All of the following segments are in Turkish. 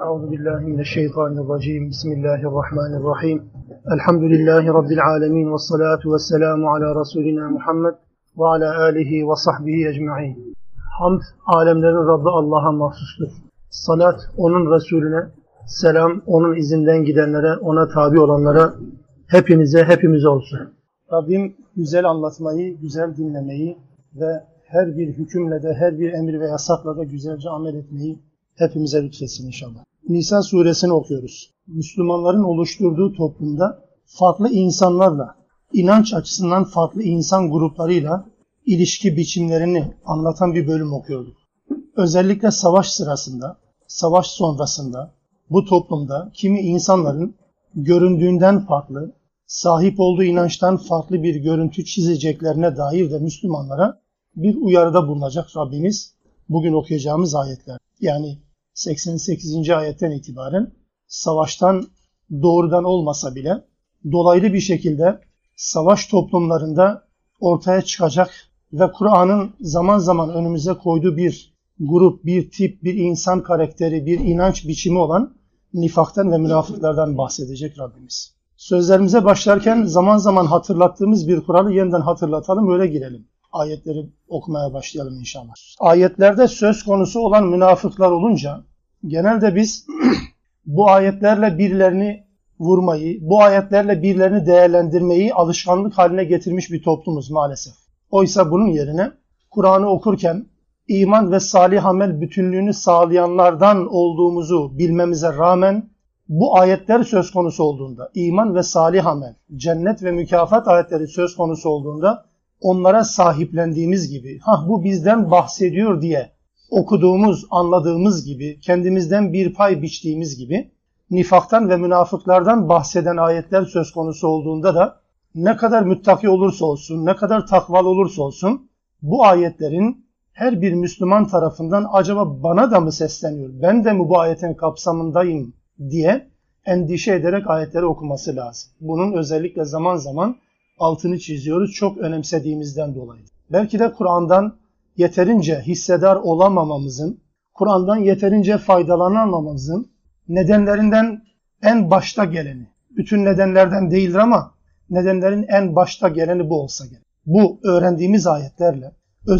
Euzubillahimineşşeytanirracim. Bismillahirrahmanirrahim. Elhamdülillahi Rabbil alemin. Ve salatu ve selamu ala Resulina Muhammed ve ala alihi ve sahbihi ecma'in. Hamd, alemlerin Rabbi Allah'a mahsustur. Salat, onun Resulüne, selam, onun izinden gidenlere, ona tabi olanlara, hepimize olsun. Rabbim güzel anlatmayı, güzel dinlemeyi ve her bir hükümle de, her bir emir ve yasakla da güzelce amel etmeyi hepimize lütfetsin inşallah. Nisa suresini okuyoruz. Müslümanların oluşturduğu toplumda farklı insanlarla, inanç açısından farklı insan gruplarıyla ilişki biçimlerini anlatan bir bölüm okuyorduk. Özellikle savaş sırasında, savaş sonrasında bu toplumda kimi insanların göründüğünden farklı, sahip olduğu inançtan farklı bir görüntü çizeceklerine dair de Müslümanlara bir uyarıda bulunacak Rabbimiz bugün okuyacağımız ayetler. Yani 88. ayetten itibaren savaştan doğrudan olmasa bile dolaylı bir şekilde savaş toplumlarında ortaya çıkacak ve Kur'an'ın zaman zaman önümüze koyduğu bir grup, bir tip, bir insan karakteri, bir inanç biçimi olan nifaktan ve münafıklardan bahsedecek Rabbimiz. Sözlerimize başlarken zaman zaman hatırlattığımız bir kuralı yeniden hatırlatalım, öyle girelim. Ayetleri okumaya başlayalım inşallah. Ayetlerde söz konusu olan münafıklar olunca genelde biz bu ayetlerle birilerini vurmayı, bu ayetlerle birilerini değerlendirmeyi alışkanlık haline getirmiş bir toplumuz maalesef. Oysa bunun yerine Kur'an'ı okurken iman ve salih amel bütünlüğünü sağlayanlardan olduğumuzu bilmemize rağmen bu ayetler söz konusu olduğunda, iman ve salih amel, cennet ve mükafat ayetleri söz konusu olduğunda onlara sahiplendiğimiz gibi, bu bizden bahsediyor diye okuduğumuz, anladığımız gibi, kendimizden bir pay biçtiğimiz gibi nifaktan ve münafıklardan bahseden ayetler söz konusu olduğunda da ne kadar müttaki olursa olsun, ne kadar takvalı olursa olsun bu ayetlerin her bir Müslüman tarafından acaba bana da mı sesleniyor, ben de mi bu ayetin kapsamındayım diye endişe ederek ayetleri okuması lazım. Bunun özellikle zaman zaman altını çiziyoruz çok önemsediğimizden dolayı. Belki de Kur'an'dan yeterince hissedar olamamamızın, Kur'an'dan yeterince faydalanamamamızın nedenlerinden en başta geleni, bütün nedenlerden değildir ama nedenlerin en başta geleni bu olsa gerek. Bu öğrendiğimiz ayetlerle,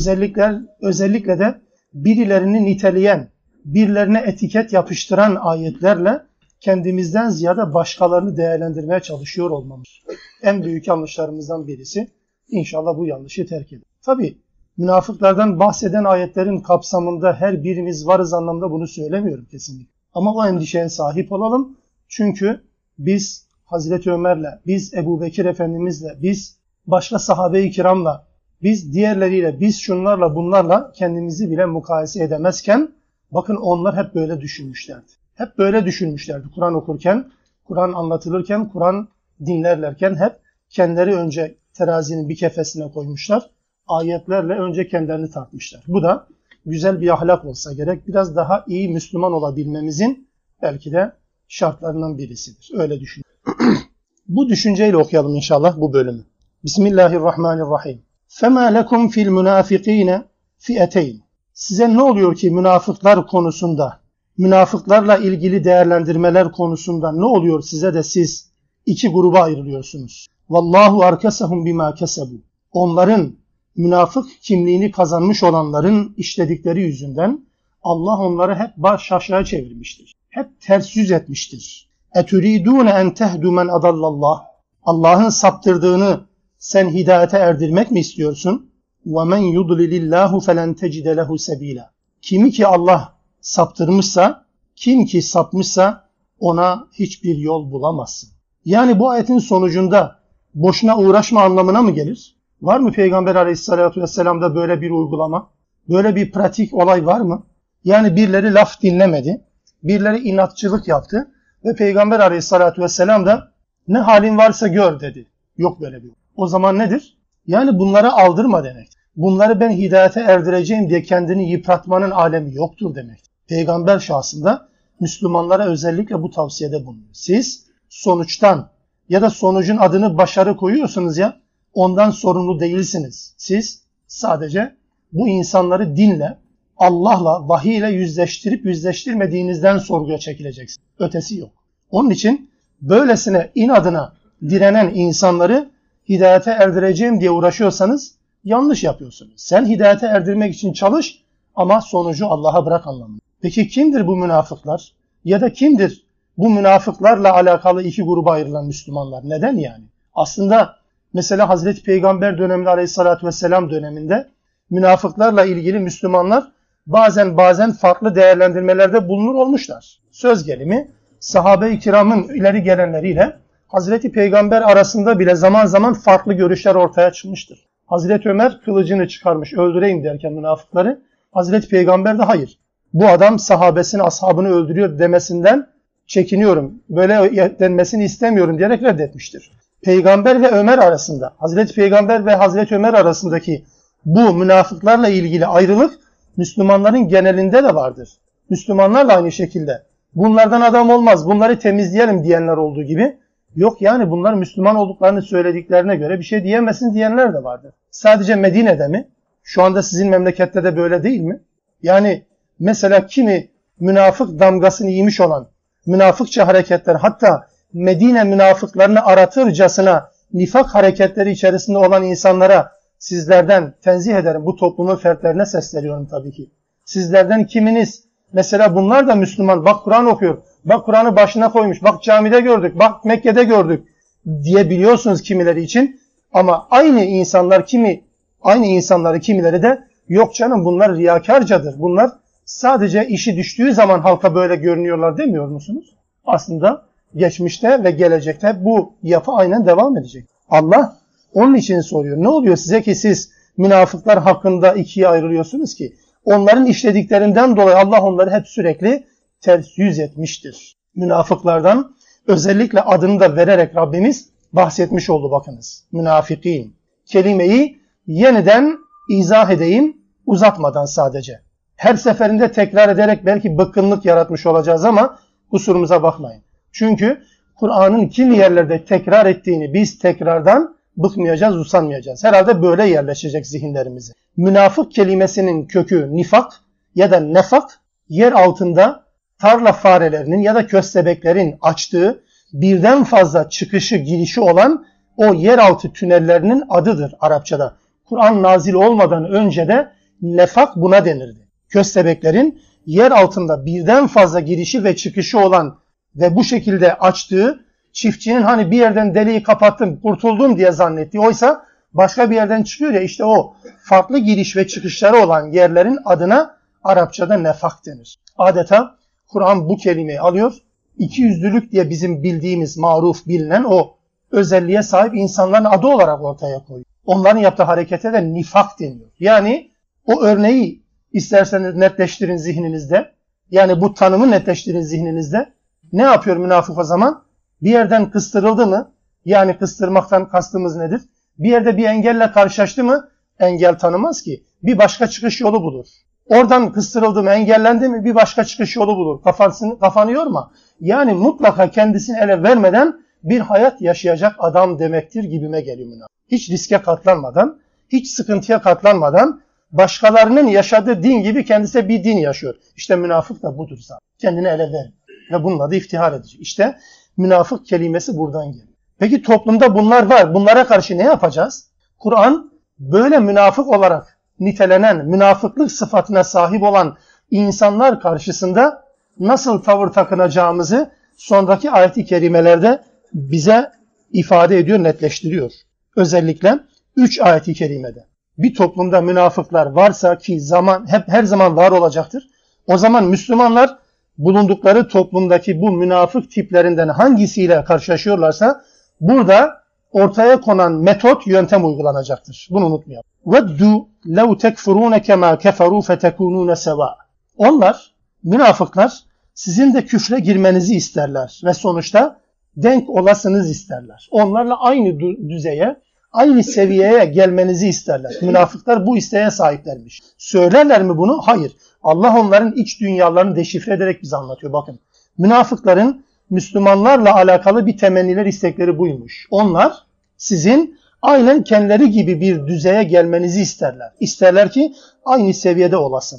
özellikle de birilerini niteleyen, birilerine etiket yapıştıran ayetlerle kendimizden ziyade başkalarını değerlendirmeye çalışıyor olmamız. En büyük yanlışlarımızdan birisi. İnşallah bu yanlışı terk edelim. Tabii münafıklardan bahseden ayetlerin kapsamında her birimiz varız anlamda bunu söylemiyorum kesinlikle. Ama o endişeye sahip olalım. Çünkü biz Hazreti Ömer'le, biz Ebu Bekir Efendimiz'le, biz başka sahabe-i kiramla, biz diğerleriyle, biz şunlarla bunlarla kendimizi bile mukayese edemezken bakın onlar hep böyle düşünmüşlerdi. Hep böyle düşünmüşlerdi. Kur'an okurken, Kur'an anlatılırken, Kur'an dinlerlerken hep kendileri önce terazinin bir kefesine koymuşlar. Ayetlerle önce kendilerini tartmışlar. Bu da güzel bir ahlak olsa gerek. Biraz daha iyi Müslüman olabilmemizin belki de şartlarından birisidir. Öyle düşünüyorum. Bu düşünceyle okuyalım inşallah bu bölümü. Bismillahirrahmanirrahim. فَمَا لَكُمْ فِي الْمُنَافِقِينَ فِئَتَيْنِ Size ne oluyor ki münafıklar konusunda, münafıklarla ilgili değerlendirmeler konusunda ne oluyor size de siz iki gruba ayrılıyorsunuz? Vallahu arkasahum bima kesebu. Onların münafık kimliğini kazanmış olanların işledikleri yüzünden Allah onları hep baş aşağı çevirmiştir. Hep ters yüz etmiştir. Eturidun en tehdu men adallallah. Allah'ın saptırdığını sen hidayete erdirmek mi istiyorsun? Ve men yudlilillahu felen tecide lehu sebila. Kimi ki Allah saptırmışsa, kim ki sapmışsa ona hiçbir yol bulamazsın. Yani bu ayetin sonucunda boşuna uğraşma anlamına mı gelir? Var mı Peygamber Aleyhisselatü Vesselam'da böyle bir uygulama? Böyle bir pratik olay var mı? Yani birileri laf dinlemedi, birileri inatçılık yaptı ve Peygamber Aleyhisselatü Vesselam da ne halin varsa gör dedi. Yok böyle bir. O zaman nedir? Yani bunlara aldırma demek. Bunları ben hidayete erdireceğim diye kendini yıpratmanın alemi yoktur demek. Peygamber şahsında Müslümanlara özellikle bu tavsiyede bulunuyor. Siz sonuçtan ya da sonucun adını başarı koyuyorsunuz ya, ondan sorumlu değilsiniz. Siz sadece bu insanları dinle, Allah'la, vahiy ile yüzleştirip yüzleştirmediğinizden sorguya çekileceksiniz. Ötesi yok. Onun için böylesine inadına direnen insanları hidayete erdireceğim diye uğraşıyorsanız yanlış yapıyorsunuz. Sen hidayete erdirmek için çalış ama sonucu Allah'a bırak anlamında. Peki kimdir bu münafıklar? Ya da kimdir bu münafıklarla alakalı iki gruba ayrılan Müslümanlar? Neden yani? Aslında mesela Hazreti Peygamber döneminde Aleyhisselatü Vesselam döneminde münafıklarla ilgili Müslümanlar bazen farklı değerlendirmelerde bulunur olmuşlar. Söz gelimi sahabe-i kiramın ileri gelenleriyle Hazreti Peygamber arasında bile zaman zaman farklı görüşler ortaya çıkmıştır. Hazreti Ömer kılıcını çıkarmış öldüreyim derken münafıkları, Hazreti Peygamber de hayır. Bu adam sahabesini, ashabını öldürüyor demesinden çekiniyorum. Böyle denmesini istemiyorum diyerek reddetmiştir. Peygamber ve Ömer arasında, Hazreti Peygamber ve Hazreti Ömer arasındaki bu münafıklarla ilgili ayrılık Müslümanların genelinde de vardır. Müslümanlar da aynı şekilde bunlardan adam olmaz, bunları temizleyelim diyenler olduğu gibi, yok yani bunlar Müslüman olduklarını söylediklerine göre bir şey diyemezsin diyenler de vardır. Sadece Medine'de mi? Şu anda sizin memlekette de böyle değil mi? Yani mesela kimi münafık damgasını yemiş olan münafıkça hareketler, hatta Medine münafıklarını aratırcasına nifak hareketleri içerisinde olan insanlara sizlerden tenzih ederim. Bu toplumun fertlerine sesleniyorum tabii ki. Sizlerden kiminiz mesela bunlar da Müslüman, bak Kur'an okuyor, bak Kur'an'ı başına koymuş, bak camide gördük, bak Mekke'de gördük diyebiliyorsunuz kimileri için. Ama aynı insanları kimileri de yok canım bunlar riyakarcadır. Bunlar sadece işi düştüğü zaman halka böyle görünüyorlar demiyor musunuz? Aslında geçmişte ve gelecekte bu yapı aynen devam edecek. Allah onun için soruyor. Ne oluyor size ki siz münafıklar hakkında ikiye ayrılıyorsunuz ki? Onların işlediklerinden dolayı Allah onları hep sürekli ters yüz etmiştir. Münafıklardan özellikle adını da vererek Rabbimiz bahsetmiş oldu bakınız. Münafikin. Kelimeyi yeniden izah edeyim uzatmadan sadece. Her seferinde tekrar ederek belki bıkkınlık yaratmış olacağız ama kusurumuza bakmayın. Çünkü Kur'an'ın kimi yerlerde tekrar ettiğini biz tekrardan bıkmayacağız, usanmayacağız. Herhalde böyle yerleşecek zihinlerimize. Münafık kelimesinin kökü nifak ya da nefak, yer altında tarla farelerinin ya da köstebeklerin açtığı birden fazla çıkışı girişi olan o yeraltı tünellerinin adıdır Arapçada. Kur'an nazil olmadan önce de nefak buna denirdi. Köstebeklerin yer altında birden fazla girişi ve çıkışı olan ve bu şekilde açtığı, çiftçinin hani bir yerden deliği kapattım, kurtuldum diye zannettiği, oysa başka bir yerden çıkıyor ya, işte o farklı giriş ve çıkışları olan yerlerin adına Arapçada nefak denir. Adeta Kur'an bu kelimeyi alıyor, ikiyüzlülük diye bizim bildiğimiz, maruf bilinen o özelliğe sahip insanların adı olarak ortaya koyuyor. Onların yaptığı harekete de nifak deniyor. Yani o örneği isterseniz netleştirin zihninizde. Yani bu tanımı netleştirin zihninizde. Ne yapıyor münafık o zaman? Bir yerden kıstırıldı mı? Yani kıstırmaktan kastımız nedir? Bir yerde bir engelle karşılaştı mı? Engel tanımaz ki. Bir başka çıkış yolu bulur. Oradan kıstırıldı mı, engellendi mi? Bir başka çıkış yolu bulur. Kafanı yorma. Yani mutlaka kendisini ele vermeden bir hayat yaşayacak adam demektir gibime geliyor münafık. Hiç riske katlanmadan, hiç sıkıntıya katlanmadan başkalarının yaşadığı din gibi kendisi bir din yaşıyor. İşte münafık da budur zaten. Kendini ele ver ve bununla da iftihar edecek. İşte münafık kelimesi buradan geliyor. Peki toplumda bunlar var. Bunlara karşı ne yapacağız? Kur'an böyle münafık olarak nitelenen, münafıklık sıfatına sahip olan insanlar karşısında nasıl tavır takınacağımızı sonraki ayet-i kerimelerde bize ifade ediyor, netleştiriyor. Özellikle 3 ayet-i kerimede. Bir toplumda münafıklar varsa ki her zaman var olacaktır. O zaman Müslümanlar bulundukları toplumdaki bu münafık tiplerinden hangisiyle karşılaşıyorlarsa burada ortaya konan metot, yöntem uygulanacaktır. Bunu unutmayalım. وَدُّوا لَوْ تَكْفُرُونَ كَمَا كَفَرُوا فَتَكُونُونَ سَوَاءً. Onlar, münafıklar sizin de küfre girmenizi isterler ve sonuçta denk olasınız isterler. Onlarla aynı düzeye, aynı seviyeye gelmenizi isterler. Münafıklar bu isteğe sahiplermiş. Söylerler mi bunu? Hayır. Allah onların iç dünyalarını deşifre ederek bize anlatıyor. Bakın, münafıkların Müslümanlarla alakalı bir temenniler, istekleri buymuş. Onlar sizin aynen kendileri gibi bir düzeye gelmenizi isterler. İsterler ki aynı seviyede olasınız.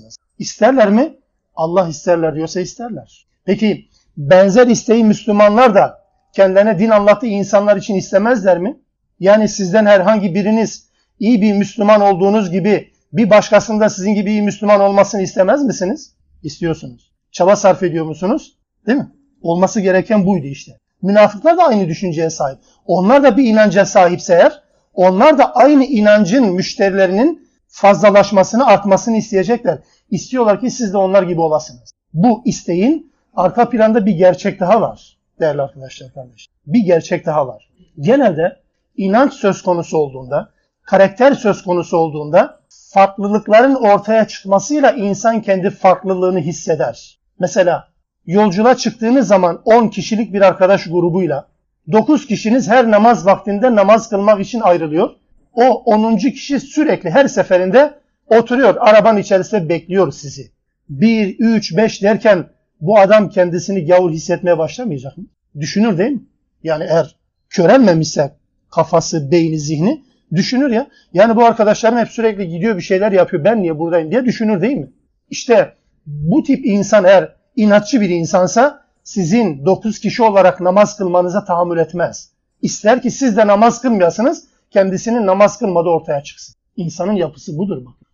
İsterler mi? Allah isterler diyorsa isterler. Peki benzer isteği Müslümanlar da kendilerine din anlattığı insanlar için istemezler mi? Yani sizden herhangi biriniz iyi bir Müslüman olduğunuz gibi bir başkasının da sizin gibi iyi Müslüman olmasını istemez misiniz? İstiyorsunuz. Çaba sarf ediyor musunuz? Değil mi? Olması gereken buydu işte. Münafıklar da aynı düşünceye sahip. Onlar da bir inanca sahipse eğer, onlar da aynı inancın müşterilerinin fazlalaşmasını, artmasını isteyecekler. İstiyorlar ki siz de onlar gibi olasınız. Bu isteğin arka planda bir gerçek daha var değerli arkadaşlar, kardeşler. Bir gerçek daha var. Genelde inanç söz konusu olduğunda, karakter söz konusu olduğunda farklılıkların ortaya çıkmasıyla insan kendi farklılığını hisseder. Mesela yolculuğa çıktığınız zaman 10 kişilik bir arkadaş grubuyla 9 kişiniz her namaz vaktinde namaz kılmak için ayrılıyor. O 10. kişi sürekli her seferinde oturuyor, arabanın içerisinde bekliyor sizi. 1, 3, 5 derken bu adam kendisini gavur hissetmeye başlamayacak mı? Düşünür değil mi? Yani eğer körelmemişse kafası, beyni, zihni düşünür ya. Yani bu arkadaşlarım hep sürekli gidiyor bir şeyler yapıyor. Ben niye buradayım diye düşünür değil mi? İşte bu tip insan eğer inatçı bir insansa sizin 9 kişi olarak namaz kılmanıza tahammül etmez. İster ki siz de namaz kılmayasınız, kendisinin namaz kılmadığı ortaya çıksın. İnsanın yapısı budur bak.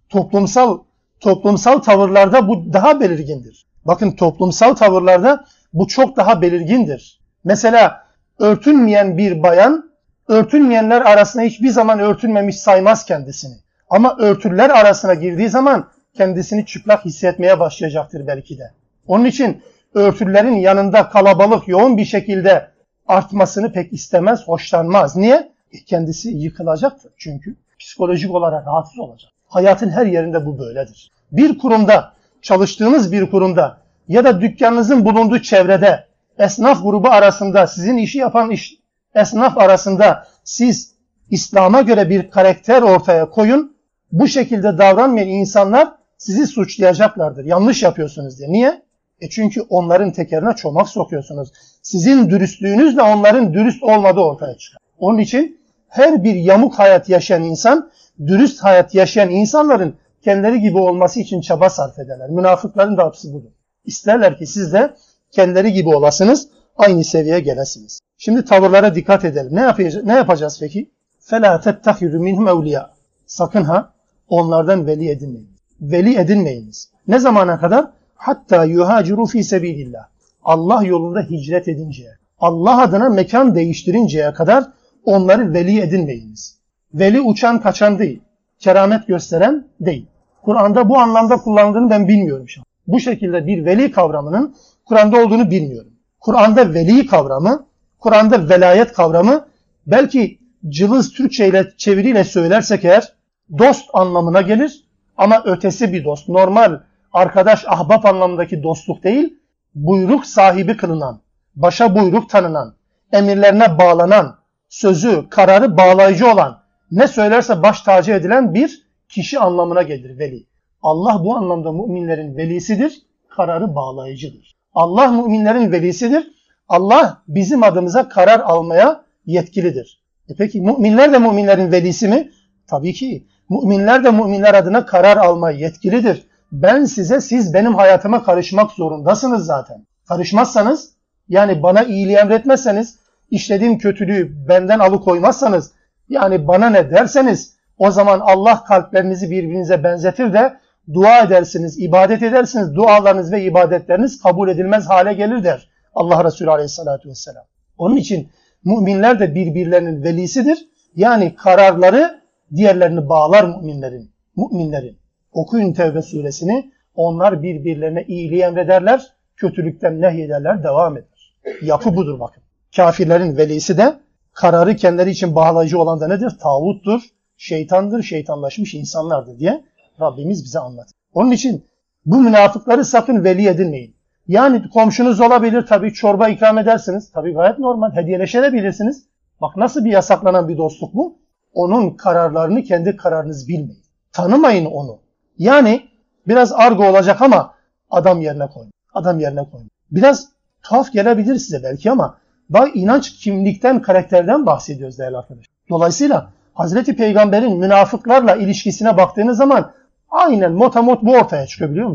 Toplumsal tavırlarda bu daha belirgindir. Bakın toplumsal tavırlarda bu çok daha belirgindir. Mesela örtünmeyen bir bayan, örtünmeyenler arasında hiçbir zaman örtünmemiş saymaz kendisini. Ama örtüler arasına girdiği zaman kendisini çıplak hissetmeye başlayacaktır belki de. Onun için örtülerin yanında kalabalık yoğun bir şekilde artmasını pek istemez, hoşlanmaz. Niye? Kendisi yıkılacaktır çünkü. Psikolojik olarak rahatsız olacak. Hayatın her yerinde bu böyledir. Bir kurumda, çalıştığınız bir kurumda ya da dükkanınızın bulunduğu çevrede esnaf grubu arasında, sizin işi yapan esnaf arasında siz İslam'a göre bir karakter ortaya koyun. Bu şekilde davranmayan insanlar sizi suçlayacaklardır. Yanlış yapıyorsunuz diye. Niye? Çünkü onların tekerine çomak sokuyorsunuz. Sizin dürüstlüğünüzle onların dürüst olmadığı ortaya çıkar. Onun için her bir yamuk hayat yaşayan insan, dürüst hayat yaşayan insanların kendileri gibi olması için çaba sarf ederler. Münafıkların da hepsi budur. İsterler ki siz de kendileri gibi olasınız, aynı seviyeye gelesiniz. Şimdi tavırlara dikkat edelim. Ne yapacağız peki? فَلَا تَتَّخِذُ مِنْهُمْ اَوْلِيَا Sakın ha onlardan veli edinmeyin. Veli edinmeyiniz. Ne zamana kadar? Hatta yuhaciru fi sebilillah. Allah yolunda hicret edinceye, Allah adına mekan değiştirinceye kadar onları veli edinmeyiniz. Veli uçan kaçan değil, keramet gösteren değil. Kur'an'da bu anlamda kullandığını ben bilmiyorum şu an. Bu şekilde bir veli kavramının Kur'an'da olduğunu bilmiyorum. Kur'an'da veli kavramı, Kur'an'da velayet kavramı belki cılız Türkçe çeviriyle söylersek eğer dost anlamına gelir ama ötesi bir dost. Normal arkadaş, ahbap anlamındaki dostluk değil, buyruk sahibi kılınan, başa buyruk tanınan, emirlerine bağlanan, sözü, kararı bağlayıcı olan, ne söylerse baş tacı edilen bir kişi anlamına gelir veli. Allah bu anlamda müminlerin velisidir, kararı bağlayıcıdır. Allah müminlerin velisidir, Allah bizim adımıza karar almaya yetkilidir. Peki müminler de müminlerin velisi mi? Tabii ki. Müminler de müminler adına karar almaya yetkilidir. Ben size, siz benim hayatıma karışmak zorundasınız zaten. Karışmazsanız, yani bana iyiliği emretmezseniz, işlediğim kötülüğü benden alıkoymazsanız, yani bana ne derseniz, o zaman Allah kalplerinizi birbirinize benzetir de dua edersiniz, ibadet edersiniz, dualarınız ve ibadetleriniz kabul edilmez hale gelir der Allah Resulü Aleyhisselatü Vesselam. Onun için müminler de birbirlerinin velisidir. Yani kararları diğerlerini bağlar müminlerin. Okuyun Tevbe suresini. Onlar birbirlerine iyiliği emrederler, kötülükten nehyederler, devam eder. Yapı budur bakın. Kafirlerin velisi de kararı kendileri için bağlayıcı olan da nedir? Tağuttur, şeytandır, şeytanlaşmış insanlardır diye Rabbimiz bize anlatır. Onun için bu münafıkları sakın veli edinmeyin. Yani komşunuz olabilir, tabii çorba ikram edersiniz. Tabii gayet normal, hediyeleşebilirsiniz. Bak nasıl bir yasaklanan bir dostluk bu? Onun kararlarını kendi kararınız bilmeyin. Tanımayın onu. Yani biraz argo olacak ama adam yerine koyun. Adam yerine koyun. Biraz tuhaf gelebilir size belki ama bak inanç kimlikten, karakterden bahsediyoruz değerli arkadaşlar. Dolayısıyla Hazreti Peygamber'in münafıklarla ilişkisine baktığınız zaman aynen motamot bu ortaya çıkıyor biliyor musunuz?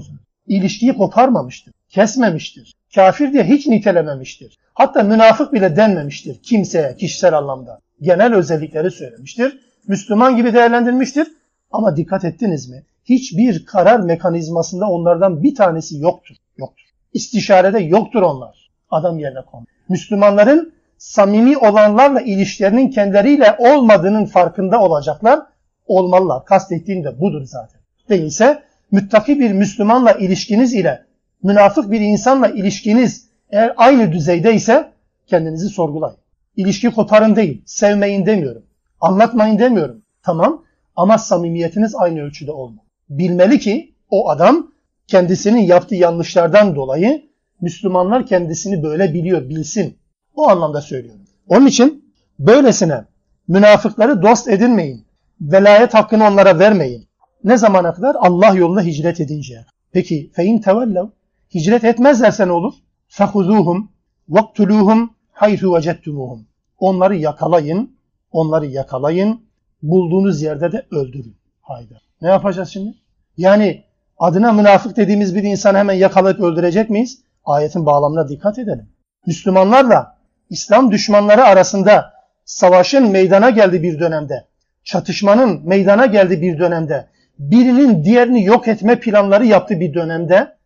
İlişkiyi koparmamıştır, kesmemiştir. Kafir diye hiç nitelememiştir. Hatta münafık bile denmemiştir kimseye kişisel anlamda. Genel özellikleri söylemiştir. Müslüman gibi değerlendirmiştir. Ama dikkat ettiniz mi? Hiçbir karar mekanizmasında onlardan bir tanesi yoktur. Yoktur. İstişarede yoktur onlar. Adam yerine konur. Müslümanların samimi olanlarla ilişkilerinin kendileriyle olmadığının farkında olacaklar. Olmalılar. Kastettiğim de budur zaten. Değilse müttaki bir Müslümanla ilişkiniz ile münafık bir insanla ilişkiniz eğer aynı düzeydeyse kendinizi sorgulayın. İlişki koparın değil, sevmeyin demiyorum. Anlatmayın demiyorum. Tamam ama samimiyetiniz aynı ölçüde olmalı. Bilmeli ki o adam kendisinin yaptığı yanlışlardan dolayı Müslümanlar kendisini böyle biliyor, bilsin. O anlamda söylüyorum. Onun için böylesine münafıkları dost edinmeyin. Velayet hakkını onlara vermeyin. Ne zamana kadar? Allah yoluna hicret edinceye. Peki fein tevellev, hicret etmezlerse ne olur? Fehuzuhum vaktuluhum haythu vecettumuhum. Onları yakalayın, bulduğunuz yerde de öldürün. Hayda. Ne yapacağız şimdi? Yani adına münafık dediğimiz bir insanı hemen yakalayıp öldürecek miyiz? Ayetin bağlamına dikkat edelim. Müslümanlarla İslam düşmanları arasında savaşın meydana geldiği bir dönemde, çatışmanın meydana geldiği bir dönemde, birinin diğerini yok etme planları yaptığı bir dönemde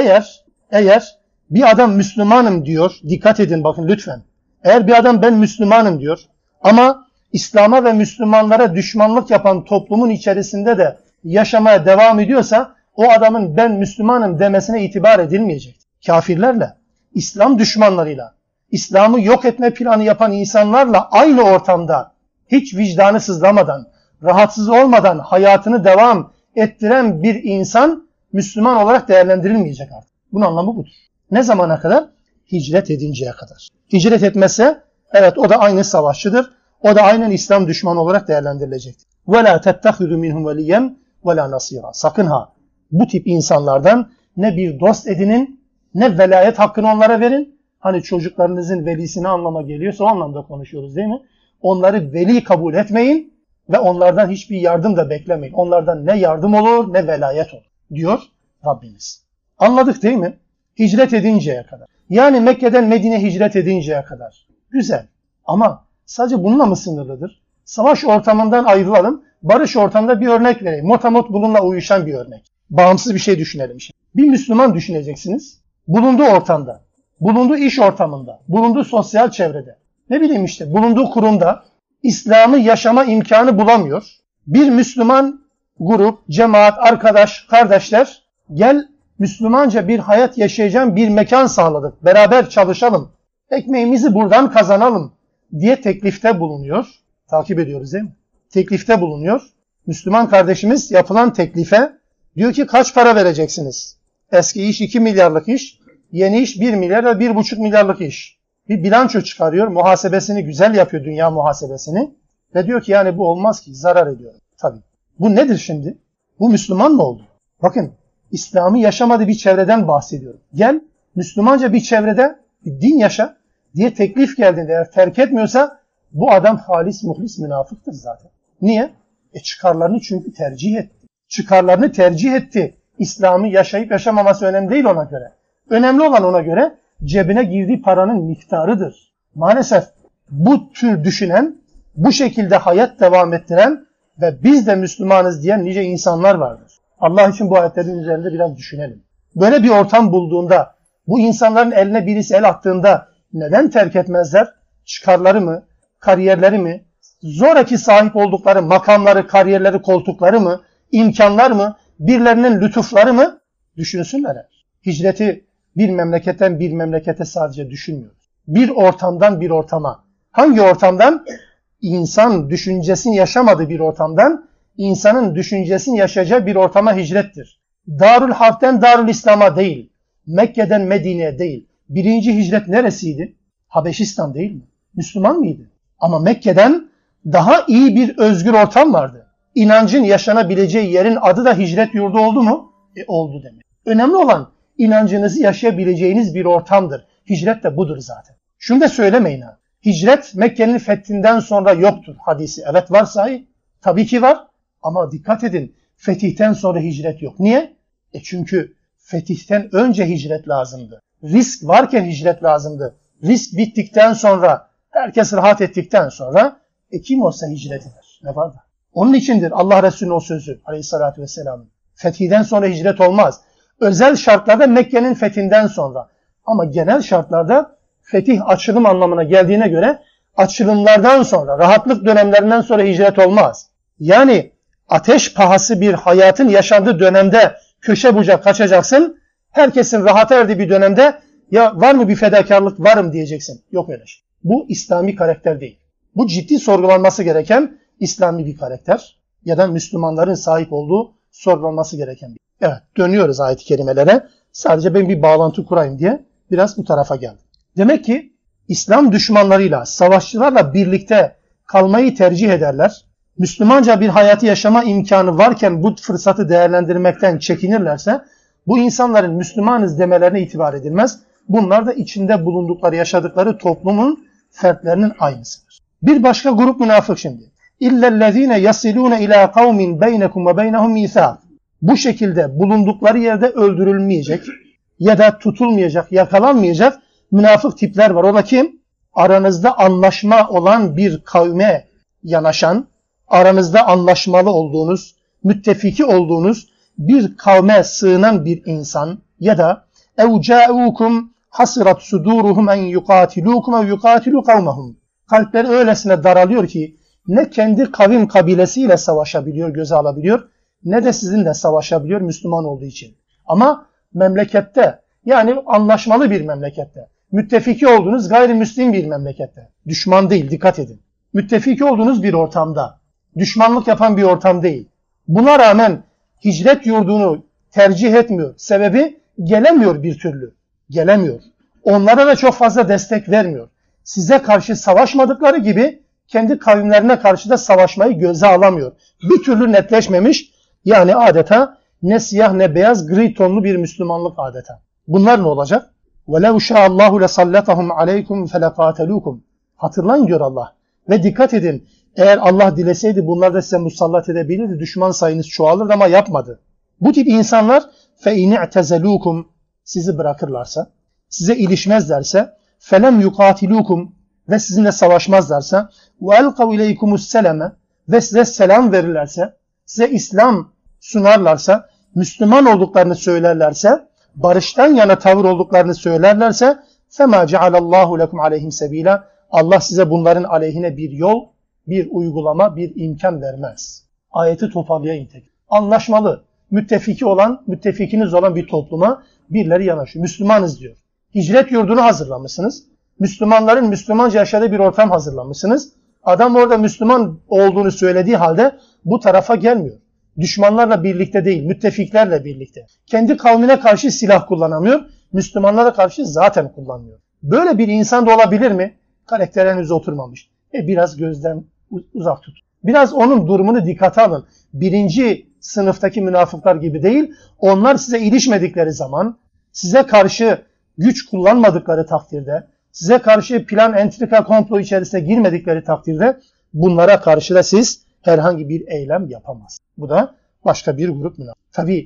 eğer bir adam Müslümanım diyor, dikkat edin bakın lütfen. Eğer bir adam ben Müslümanım diyor ama İslam'a ve Müslümanlara düşmanlık yapan toplumun içerisinde de yaşamaya devam ediyorsa o adamın ben Müslümanım demesine itibar edilmeyecek. Kafirlerle, İslam düşmanlarıyla, İslam'ı yok etme planı yapan insanlarla aynı ortamda hiç vicdanı sızlamadan, rahatsız olmadan hayatını devam ettiren bir insan Müslüman olarak değerlendirilmeyecek artık. Bunun anlamı budur. Ne zamana kadar? Hicret edinceye kadar. Hicret etmezse evet o da aynı savaşçıdır. O da aynen İslam düşmanı olarak değerlendirilecektir. وَلَا تَتَّخِذُ مِنْهُمْ وَلِيًّا وَلَا نَصِيرًا. Sakın ha bu tip insanlardan ne bir dost edinin ne velayet hakkını onlara verin. Hani çocuklarınızın velisine anlama geliyorsa o anlamda konuşuyoruz değil mi? Onları veli kabul etmeyin ve onlardan hiçbir yardım da beklemeyin. Onlardan ne yardım olur ne velayet olur diyor Rabbimiz. Anladık değil mi? Hicret edinceye kadar. Yani Mekke'den Medine hicret edinceye kadar. Güzel. Ama sadece bununla mı sınırlıdır? Savaş ortamından ayrılalım. Barış ortamında bir örnek vereyim. Motamot bununla uyuşan bir örnek. Bağımsız bir şey düşünelim şimdi. Bir Müslüman düşüneceksiniz. Bulunduğu ortamda, bulunduğu iş ortamında, bulunduğu sosyal çevrede, ne bileyim işte bulunduğu kurumda İslam'ı yaşama imkanı bulamıyor. Bir Müslüman grup, cemaat, arkadaş, kardeşler gel Müslümanca bir hayat yaşayacağım bir mekan sağladık. Beraber çalışalım. Ekmeğimizi buradan kazanalım diye teklifte bulunuyor. Takip ediyoruz değil mi? Teklifte bulunuyor. Müslüman kardeşimiz yapılan teklife diyor ki kaç para vereceksiniz? Eski iş 2 milyarlık iş, yeni iş 1 milyar ve 1,5 milyarlık iş. Bir bilanço çıkarıyor, muhasebesini güzel yapıyor, dünya muhasebesini. Ve diyor ki yani bu olmaz ki, zarar ediyor. Tabii. Bu nedir şimdi? Bu Müslüman mı oldu? Bakın, İslam'ı yaşamadığı bir çevreden bahsediyorum. Gel, Müslümanca bir çevrede bir din yaşa diye teklif geldiğinde eğer terk etmiyorsa bu adam halis muhlis münafıktır zaten. Niye? Çıkarlarını çünkü tercih etti. Çıkarlarını tercih etti. İslam'ı yaşayıp yaşamaması önemli değil ona göre. Önemli olan ona göre cebine girdiği paranın miktarıdır. Maalesef bu tür düşünen, bu şekilde hayat devam ettiren ve biz de Müslümanız diyen nice insanlar vardır. Allah için bu ayetlerin üzerinde biraz düşünelim. Böyle bir ortam bulduğunda, bu insanların eline birisi el attığında neden terk etmezler? Çıkarları mı, kariyerleri mi, zoraki sahip oldukları makamları, kariyerleri, koltukları mı, imkanlar mı, birilerinin lütufları mı? Düşünsünler. Hicreti bir memleketten bir memlekete sadece düşünmüyoruz. Bir ortamdan bir ortama. Hangi ortamdan? İnsan düşüncesini yaşamadığı bir ortamdan, insanın düşüncesini yaşayacağı bir ortama hicrettir. Darül Harp'ten Darül İslam'a değil, Mekke'den Medine'ye değil. Birinci hicret neresiydi? Habeşistan değil mi? Müslüman mıydı? Ama Mekke'den daha iyi bir özgür ortam vardı. İnancın yaşanabileceği yerin adı da hicret yurdu oldu mu? Oldu demek. Önemli olan inancınızı yaşayabileceğiniz bir ortamdır. Hicret de budur zaten. Şunu da söylemeyin ha. Hicret Mekke'nin fethinden sonra yoktur hadisi. Evet var sahi. Tabii ki var. Ama dikkat edin. Fetihten sonra hicret yok. Niye? Çünkü Fetihten önce hicret lazımdı. Risk varken hicret lazımdı. Risk bittikten sonra, herkes rahat ettikten sonra kim olsa hicret eder. Ne var da? Onun içindir Allah Resulü'nün o sözü aleyhissalatü vesselam'ın. Fetihden sonra hicret olmaz. Özel şartlarda Mekke'nin fethinden sonra. Ama genel şartlarda fetih açılım anlamına geldiğine göre açılımlardan sonra, rahatlık dönemlerinden sonra hicret olmaz. Yani ateş pahası bir hayatın yaşandığı dönemde köşe bucak kaçacaksın. Herkesin rahat erdiği bir dönemde ya var mı bir fedakarlık, varım diyeceksin. Yok öyle şey. Bu İslami karakter değil. Bu ciddi sorgulanması gereken İslami bir karakter ya da Müslümanların sahip olduğu sorgulanması gereken bir. Evet, dönüyoruz ayet-i kerimelere. Sadece ben bir bağlantı kurayım diye biraz bu tarafa geldim. Demek ki İslam düşmanlarıyla, savaşçılarla birlikte kalmayı tercih ederler. Müslümanca bir hayatı yaşama imkanı varken bu fırsatı değerlendirmekten çekinirlerse bu insanların Müslümanız demelerine itibar edilmez. Bunlar da içinde bulundukları, yaşadıkları toplumun fertlerinin aynısıdır. Bir başka grup münafık şimdi. İllellezine yasilune ila kavmin beynekum ve beynehum mithaq. Bu şekilde bulundukları yerde öldürülmeyecek ya da tutulmayacak, yakalanmayacak münafık tipler var. O da kim? Aranızda anlaşma olan bir kavme yanaşan, aranızda anlaşmalı olduğunuz, müttefiki olduğunuz bir kavme sığınan bir insan ya da اَوْجَاءُكُمْ حَسِرَتْ سُدُورُهُمْ اَنْ يُقَاتِلُوكُمْ اَوْ يُقَاتِلُوا قَوْمَهُمْ. Kalpleri öylesine daralıyor ki ne kendi kavim kabilesiyle savaşabiliyor, göze alabiliyor, ne de sizinle savaşabiliyor Müslüman olduğu için. Ama memlekette, yani anlaşmalı bir memlekette, müttefiki olduğunuz gayrimüslim bir memlekette, düşman değil, dikkat edin. Müttefiki olduğunuz bir ortamda, düşmanlık yapan bir ortam değil. Buna rağmen hicret yurdunu tercih etmiyor. Sebebi gelemiyor bir türlü. Gelemiyor. Onlara da çok fazla destek vermiyor. Size karşı savaşmadıkları gibi kendi kavimlerine karşı da savaşmayı göze alamıyor. Bir türlü netleşmemiş. Yani adeta ne siyah ne beyaz gri tonlu bir Müslümanlık adeta. Bunlar ne olacak? وَلَوْ شَاءَ اللّٰهُ لَسَلَّتَهُمْ عَلَيْكُمْ فَلَقَاتَلُوكُمْ. Hatırlayın diyor Allah. Ve dikkat edin. Eğer Allah dileseydi bunlar da size musallat edebilirdi. Düşman sayınız çoğalırdı ama yapmadı. Bu tip insanlar فَاِنِ اَعْتَزَلُوكُمْ. Sizi bırakırlarsa, size ilişmezlerse فَلَمْ يُقَاتِلُوكُمْ. Ve sizinle savaşmazlarsa وَاَلْقَوْ اِلَيْكُمُ السَّلَمَ. Ve size selam verirlerse, size İslam sunarlarsa, Müslüman olduklarını söylerlerse, barıştan yana tavır olduklarını söylerlerse فَمَا جَعَلَ اللّٰهُ لَكُمْ عَلَيْهِمْ سَب۪يلًا. Allah size bunların aleyhine bir yol, bir uygulama, bir imkan vermez. Ayeti toparlayayım tek. Anlaşmalı, müttefiki olan, müttefikiniz olan bir topluma birileri yanaşıyor. Müslümanız diyor. Hicret yurdunu hazırlamışsınız. Müslümanların Müslümanca yaşadığı bir ortam hazırlamışsınız. Adam orada Müslüman olduğunu söylediği halde bu tarafa gelmiyor. Düşmanlarla birlikte değil, müttefiklerle birlikte. Kendi kavmine karşı silah kullanamıyor. Müslümanlara karşı zaten kullanmıyor. Böyle bir insan da olabilir mi? Karakter henüz oturmamış. Biraz gözden uzak tut. Biraz onun durumunu dikkate alın. Birinci sınıftaki münafıklar gibi değil. Onlar size ilişmedikleri zaman, size karşı güç kullanmadıkları takdirde, size karşı plan, entrika, komplo içerisine girmedikleri takdirde bunlara karşı da siz herhangi bir eylem yapamaz. Bu da başka bir grup münafık. Tabii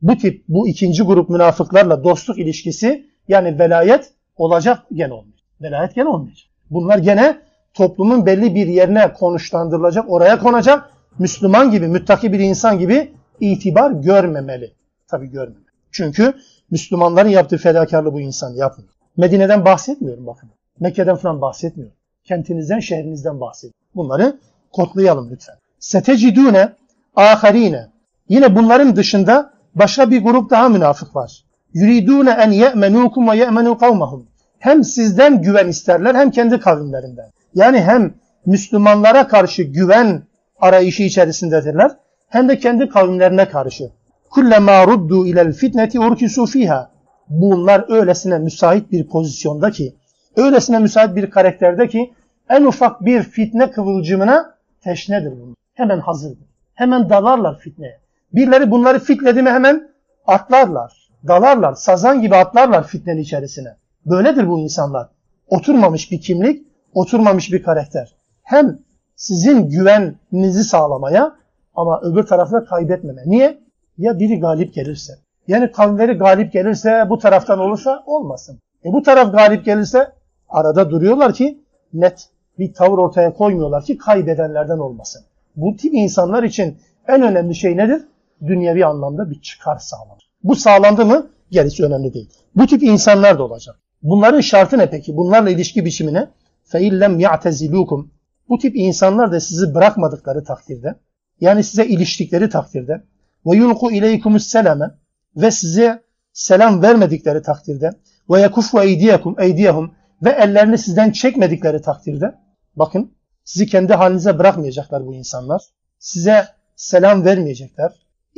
bu ikinci grup münafıklarla dostluk ilişkisi, yani velayet olacak, gene olmayacak. Velayet gene olmayacak. Bunlar gene toplumun belli bir yerine konuşlandırılacak, oraya konacak. Müslüman gibi, müttaki bir insan gibi itibar görmemeli. Tabii görmemeli. Çünkü Müslümanların yaptığı fedakarlığı bu insan yapmıyor. Medine'den bahsetmiyorum bakın. Mekke'den falan bahsetmiyorum. Kentinizden, şehrinizden bahsediyorum. Bunları kodlayalım lütfen. Setecidune aharine. Yine bunların dışında başka bir grup daha münafık var. Yuridune en ye'menukum ve ye'menu kavmahum. Hem sizden güven isterler hem kendi kavimlerinden. Yani hem Müslümanlara karşı güven arayışı içerisindedirler hem de kendi kavimlerine karşı. Kullema ruddu ilel fitneti urkisu fiha. Bunlar öylesine müsait bir pozisyonda ki, öylesine müsait bir karakterde ki en ufak bir fitne kıvılcımına teşnedir bunlar. Hemen hazırdır. Hemen dalarlar fitneye. Birileri bunları fitledi mi hemen atlarlar, dalarlar, sazan gibi atlarlar fitnenin içerisine. Böyledir bu insanlar. Oturmamış bir kimlik, oturmamış bir karakter. Hem sizin güveninizi sağlamaya ama öbür tarafta kaybetmeme. Niye? Ya biri galip gelirse, Yani kavimleri galip gelirse, bu taraftan olursa olmasın. Bu taraf galip gelirse arada duruyorlar ki net bir tavır ortaya koymuyorlar ki kaybedenlerden olmasın. Bu tip insanlar için en önemli şey nedir? Dünyevi anlamda bir çıkar sağlar. Bu sağlandı mı gerisi önemli değil. Bu tip insanlar da olacak. Bunların şartı ne peki? Bunlarla ilişki biçimine فَاِلَّمْ يَعْتَزِلُوكُمْ Bu tip insanlar da sizi bırakmadıkları takdirde, yani size iliştikleri takdirde وَيُلْقُوا اِلَيْكُمُ السَّلَمَ ve size selam vermedikleri takdirde وَيَكُفُّ اَيْدِيَهُمْ ve ellerini sizden çekmedikleri takdirde, bakın sizi kendi halinize bırakmayacaklar bu insanlar. Size selam vermeyecekler.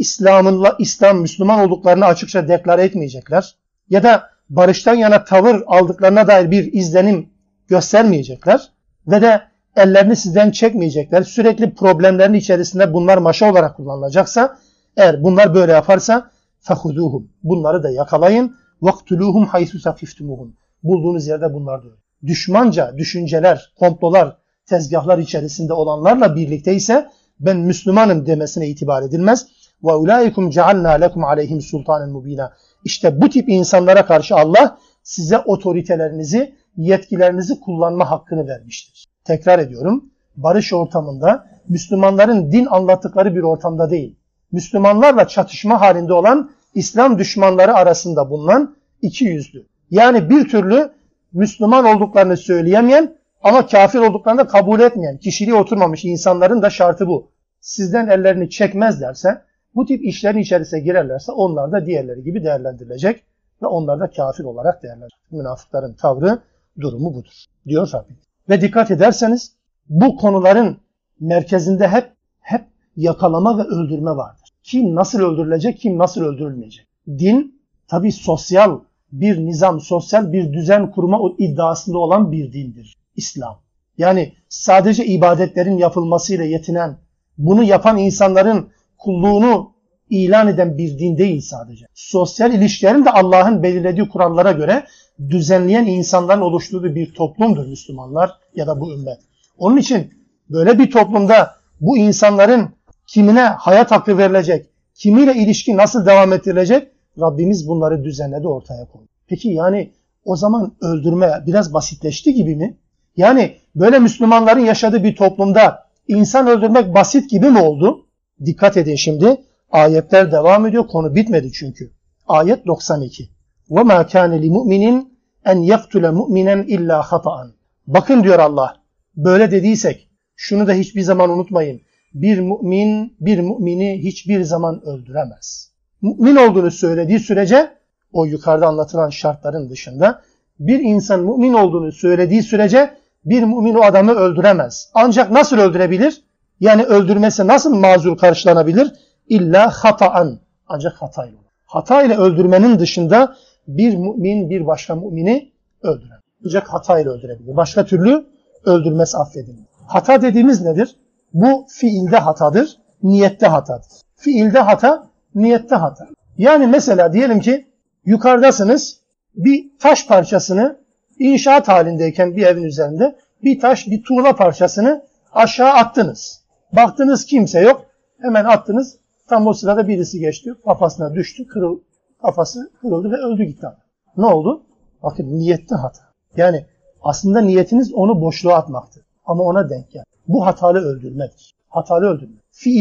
İslam, Müslüman olduklarını açıkça deklare etmeyecekler. Ya da barıştan yana tavır aldıklarına dair bir izlenim göstermeyecekler. Ve de ellerini sizden çekmeyecekler. Sürekli problemlerin içerisinde bunlar maşa olarak kullanılacaksa, eğer bunlar böyle yaparsa فَخُذُوهُمْ bunları da yakalayın. وَقْتُلُوهُمْ حَيْثُ سَقِفْتُمُوهُمْ Bulduğunuz yerde bunlar da öyle. Düşmanca düşünceler, komplolar, tezgahlar içerisinde olanlarla birlikte ise ben Müslümanım demesine itibar edilmez. وَاُولَٰئِكُمْ جَعَلْنَا لَكُمْ عَلَيْهِمْ سُلْطَانًا مُب۪ينًا İşte bu tip insanlara karşı Allah size otoritelerinizi, yetkilerinizi kullanma hakkını vermiştir. Tekrar ediyorum, barış ortamında, Müslümanların din anlattıkları bir ortamda değil, Müslümanlarla çatışma halinde olan İslam düşmanları arasında bulunan iki yüzlü. Yani bir türlü Müslüman olduklarını söyleyemeyen ama kafir olduklarını da kabul etmeyen, kişiliği oturmamış insanların da şartı bu. Sizden ellerini çekmezlerse, bu tip işlerin içerisine girerlerse onlar da diğerleri gibi değerlendirilecek ve onlar da kafir olarak değerlendirilecek. Münafıkların tavrı, durumu budur diyor Rabbimiz. Ve dikkat ederseniz bu konuların merkezinde hep yakalama ve öldürme vardır. Kim nasıl öldürülecek, kim nasıl öldürülmeyecek. Din tabii sosyal bir nizam, sosyal bir düzen kurma iddiasında olan bir dindir İslam. Yani sadece ibadetlerin yapılmasıyla yetinen, bunu yapan insanların kulluğunu ilan eden bir din değil sadece. Sosyal ilişkilerin de Allah'ın belirlediği kurallara göre düzenleyen insanların oluşturduğu bir toplumdur Müslümanlar ya da bu ümmet. Onun için böyle bir toplumda bu insanların kimine hayat hakkı verilecek, kimiyle ilişki nasıl devam ettirilecek, Rabbimiz bunları düzenledi, ortaya koydu. Peki yani o zaman öldürme biraz basitleşti gibi mi? Yani böyle Müslümanların yaşadığı bir toplumda insan öldürmek basit gibi mi oldu? Dikkat edin şimdi. Ayetler devam ediyor. Konu bitmedi çünkü. Ayet 92. وَمَا كَانَ لِمُؤْمِنٍ اَنْ يَقْتُلَ مُؤْمِنًا اِلَّا خَطَأً Bakın diyor Allah. Böyle dediysek şunu da hiçbir zaman unutmayın. Bir mümin bir mümini hiçbir zaman öldüremez. Mümin olduğunu söylediği sürece o yukarıda anlatılan şartların dışında bir insan mümin olduğunu söylediği sürece bir mümin o adamı öldüremez. Ancak nasıl öldürebilir? Yani öldürmesi nasıl mazur karşılanabilir? İlla hataen. Ancak hatayla. Hatayla öldürmenin dışında bir mümin bir başka mümini öldüremez. Ancak hatayla öldürebilir. Başka türlü öldürmesi affedilir. Hata dediğimiz nedir? Bu fiilde hatadır, niyette hatadır. Fiilde hata, niyette hata. Yani mesela diyelim ki yukarıdasınız, bir taş parçasını inşaat halindeyken bir evin üzerinde bir tuğla parçasını aşağı attınız. Baktınız kimse yok, hemen attınız. Tam o sırada birisi geçti, kafasına düştü, kafası kırıldı ve öldü gitti. Ne oldu? Bakın niyette hata. Yani aslında niyetiniz onu boşluğa atmaktır. Ama ona denk geldi. Bu hatalı öldürmedir. Hatalı öldürme.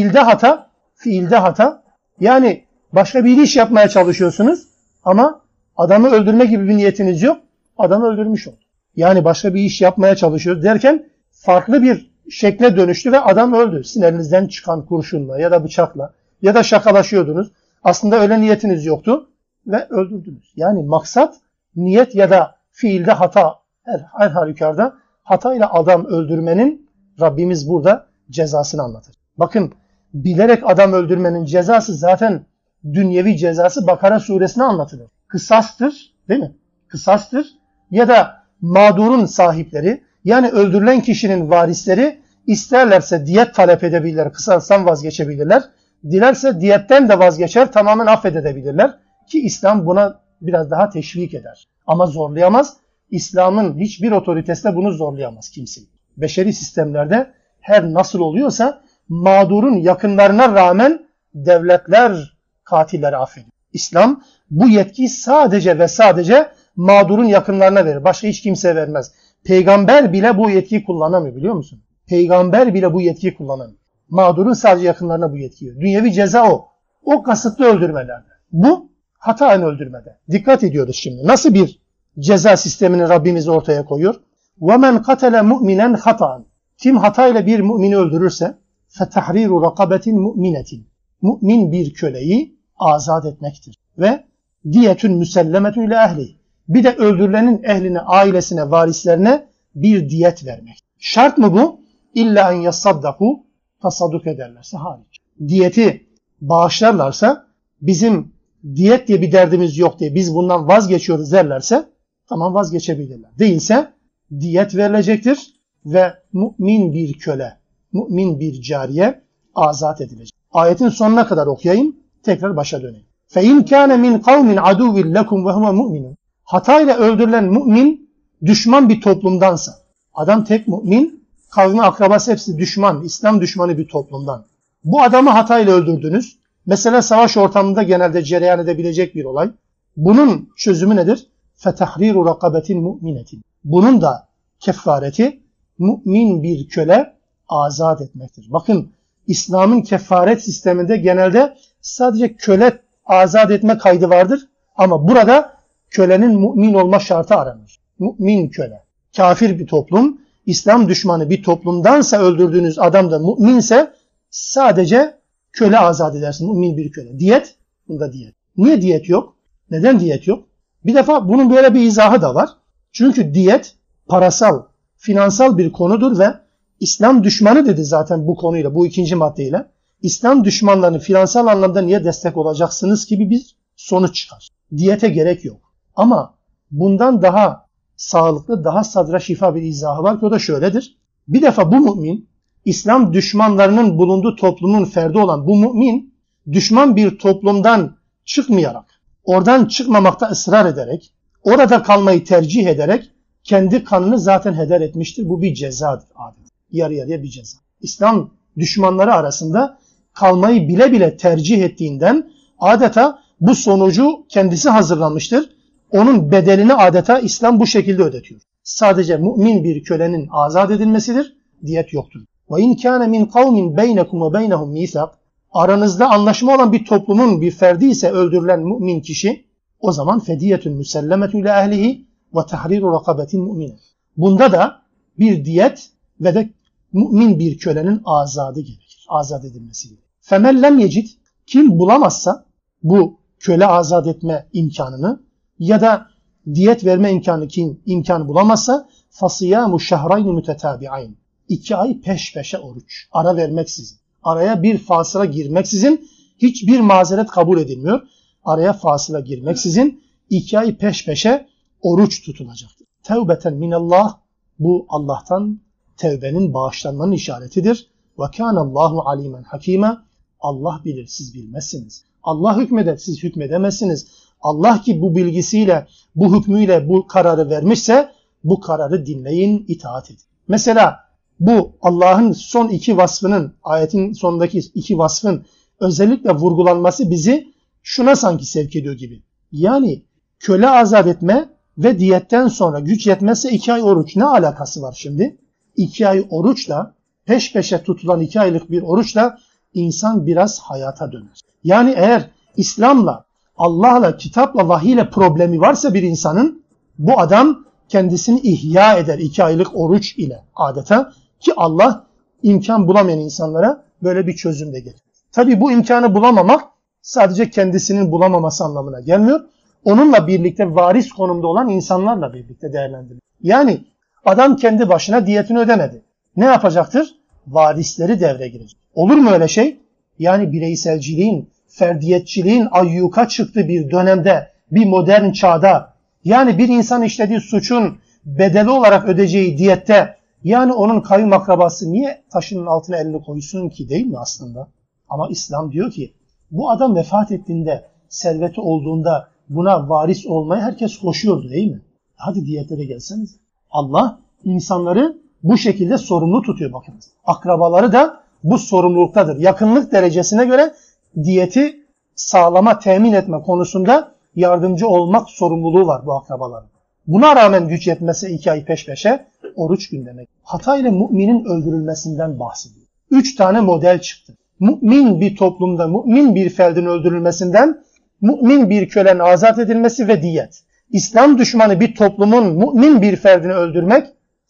Fiilde hata. Yani başka bir iş yapmaya çalışıyorsunuz ama adamı öldürme gibi bir niyetiniz yok. Adamı öldürmüş oldu. Yani başka bir iş yapmaya çalışıyoruz derken farklı bir şekle dönüştü ve adam öldü. Sizin elinizden çıkan kurşunla ya da bıçakla ya da şakalaşıyordunuz. Aslında öyle niyetiniz yoktu ve öldürdünüz. Yani maksat niyet ya da fiilde hata. Her halükarda hatayla adam öldürmenin Rabbimiz burada cezasını anlatır. Bakın bilerek adam öldürmenin cezası zaten dünyevi cezası Bakara suresine anlatılır. Kısastır, değil mi? Kısastır ya da mağdurun sahipleri yani öldürülen kişinin varisleri isterlerse diyet talep edebilirler, kısastan vazgeçebilirler. Dilerse diyetten de vazgeçer, tamamen affedebilirler ki İslam buna biraz daha teşvik eder. Ama zorlayamaz. İslam'ın hiçbir otoritesi de bunu zorlayamaz kimseyi. Beşeri sistemlerde her nasıl oluyorsa mağdurun yakınlarına rağmen devletler katilleri affediyor. İslam bu yetkiyi sadece ve sadece mağdurun yakınlarına verir. Başka hiç kimseye vermez. Peygamber bile bu yetkiyi kullanamıyor, biliyor musun? Peygamber bile bu yetkiyi kullanamıyor. Mağdurun sadece yakınlarına bu yetkiyi verir. Dünyevi ceza o. O kasıtlı öldürmelerde. Bu hataen öldürmede. Dikkat ediyoruz şimdi. Nasıl bir ceza sistemini Rabbimiz ortaya koyuyor? وَمَنْ قَتَلَ مُؤْمِنًا خَطَأً Kim hatayla bir mümini öldürürse فَتَحْرِيرُ رَقَبَةٍ مُؤْمِنَةٍ Mümin bir köleyi azat etmektir. Ve diyetün müsellemetü ile ehli. Bir de öldürülenin ehline, ailesine, varislerine bir diyet vermek. Şart mı bu? İlla en yasaddaku, tasadduk ederlerse hariç. Diyeti bağışlarlarsa, bizim diyet diye bir derdimiz yok diye biz bundan vazgeçiyoruz derlerse, tamam vazgeçebilirler. Değilse diyet verilecektir ve mümin bir köle, mümin bir cariye azat edilecek. Ayetin sonuna kadar okuyayım, tekrar başa döneyim. فَاِنْ كَانَ مِنْ قَوْمٍ عَدُوٍ لَكُمْ وَهُمَ مُؤْمِنٌ Hatayla öldürülen mümin, düşman bir toplumdansa, adam tek mümin, kavmi akrabası hepsi düşman, İslam düşmanı bir toplumdan. Bu adamı hatayla öldürdünüz. Mesela savaş ortamında genelde cereyan edebilecek bir olay. Bunun çözümü nedir? فَتَحْرِيرُ رَقَبَةٍ مُؤْمِنَةٍ Bunun da kefareti, mümin bir köle azat etmektir. Bakın, İslam'ın kefaret sisteminde genelde sadece köle azat etme kaydı vardır. Ama burada kölenin mümin olma şartı aranır. Mümin köle. Kafir bir toplum, İslam düşmanı bir toplumdansa öldürdüğünüz adam da müminse sadece köle azat edersin. Mümin bir köle. Diyet? Bunda diyet. Niye diyet yok? Neden diyet yok? Bir defa bunun böyle bir izahı da var. Çünkü diyet parasal, finansal bir konudur ve İslam düşmanı dedi zaten bu konuyla, bu ikinci maddeyle. İslam düşmanlarını finansal anlamda niye destek olacaksınız gibi bir sonuç çıkar. Diyete gerek yok. Ama bundan daha sağlıklı, daha sadra şifa bir izahı var ki o da şöyledir. Bir defa bu mümin, İslam düşmanlarının bulunduğu toplumun ferdi olan bu mümin, düşman bir toplumdan çıkmayarak, oradan çıkmamakta ısrar ederek, orada kalmayı tercih ederek kendi kanını zaten heder etmiştir. Bu bir cezadır adeta. Yarı yarıya bir ceza. İslam düşmanları arasında kalmayı bile bile tercih ettiğinden adeta bu sonucu kendisi hazırlamıştır. Onun bedelini adeta İslam bu şekilde ödetiyor. Sadece mümin bir kölenin azat edilmesidir. Diyet yoktur. وَاِنْ كَانَ مِنْ قَوْمٍ بَيْنَكُمْ وَبَيْنَهُمْ مِيثَاقٌ Aranızda anlaşma olan bir toplumun bir ferdi ise öldürülen mümin kişi, o zaman fediyetün müsellemetü ile ehlihi ve tahriru rakabetin mu'mine. Bunda da bir diyet ve de mümin bir kölenin azadı gerekir. Azat edilmesi gerekir. فَمَنْ لَمْ يَجِدْ Kim bulamazsa bu köle azat etme imkanını ya da diyet verme imkanı bulamazsa فَصِيَامُ شَهْرَيْنِ مُتَتَابِعَيْنِ 2 ay peş peşe oruç. Ara vermeksizin. Araya bir fasıla girmeksizin hiçbir mazeret kabul edilmiyor. Araya fasıla girmeksizin 2 ay peş peşe oruç tutulacaktır. Tevbeten minallah bu Allah'tan tevbenin bağışlanmanın işaretidir. Ve kânallâhu alîmen hakîme Allah bilir siz bilmezsiniz. Allah hükmeder siz hükmedemezsiniz. Allah ki bu bilgisiyle, bu hükmüyle bu kararı vermişse bu kararı dinleyin, itaat edin. Mesela bu Allah'ın son 2 vasfının, ayetin sonundaki 2 vasfın özellikle vurgulanması bizi şuna sanki sevk ediyor gibi. Yani köle azat etme ve diyetten sonra güç yetmezse 2 ay oruç. Ne alakası var şimdi? 2 ay oruçla, peş peşe tutulan 2 aylık bir oruçla insan biraz hayata döner. Yani eğer İslam'la, Allah'la, kitapla, vahiyle problemi varsa bir insanın, bu adam kendisini ihya eder 2 aylık oruç ile adeta ki Allah imkan bulamayan insanlara böyle bir çözüm de getirir. Tabii bu imkanı bulamamak sadece kendisinin bulamaması anlamına gelmiyor. Onunla birlikte varis konumda olan insanlarla birlikte değerlendirilir. Yani adam kendi başına diyetini ödemedi. Ne yapacaktır? Varisleri devreye girecek. Olur mu öyle şey? Yani bireyselciliğin, ferdiyetçiliğin ayyuka çıktığı bir dönemde, bir modern çağda, yani bir insan işlediği suçun bedeli olarak ödeyeceği diyette, yani onun kayyum akrabası niye taşının altına elini koysun ki, değil mi aslında? Ama İslam diyor ki bu adam vefat ettiğinde, serveti olduğunda buna varis olmaya herkes koşuyordu, değil mi? Hadi diyete de gelseniz. Allah insanları bu şekilde sorumlu tutuyor bakınız. Akrabaları da bu sorumluluktadır. Yakınlık derecesine göre diyeti sağlama, temin etme konusunda yardımcı olmak sorumluluğu var bu akrabaların. Buna rağmen güç yetmesi 2 ay peş peşe oruç günlemek. Hata ile müminin öldürülmesinden bahsediyor. 3 tane model çıktı. Mümin bir toplumda, mümin bir ferdin öldürülmesinden, mümin bir kölenin azat edilmesi ve diyet. İslam düşmanı bir toplumun mümin bir ferdini öldürmek,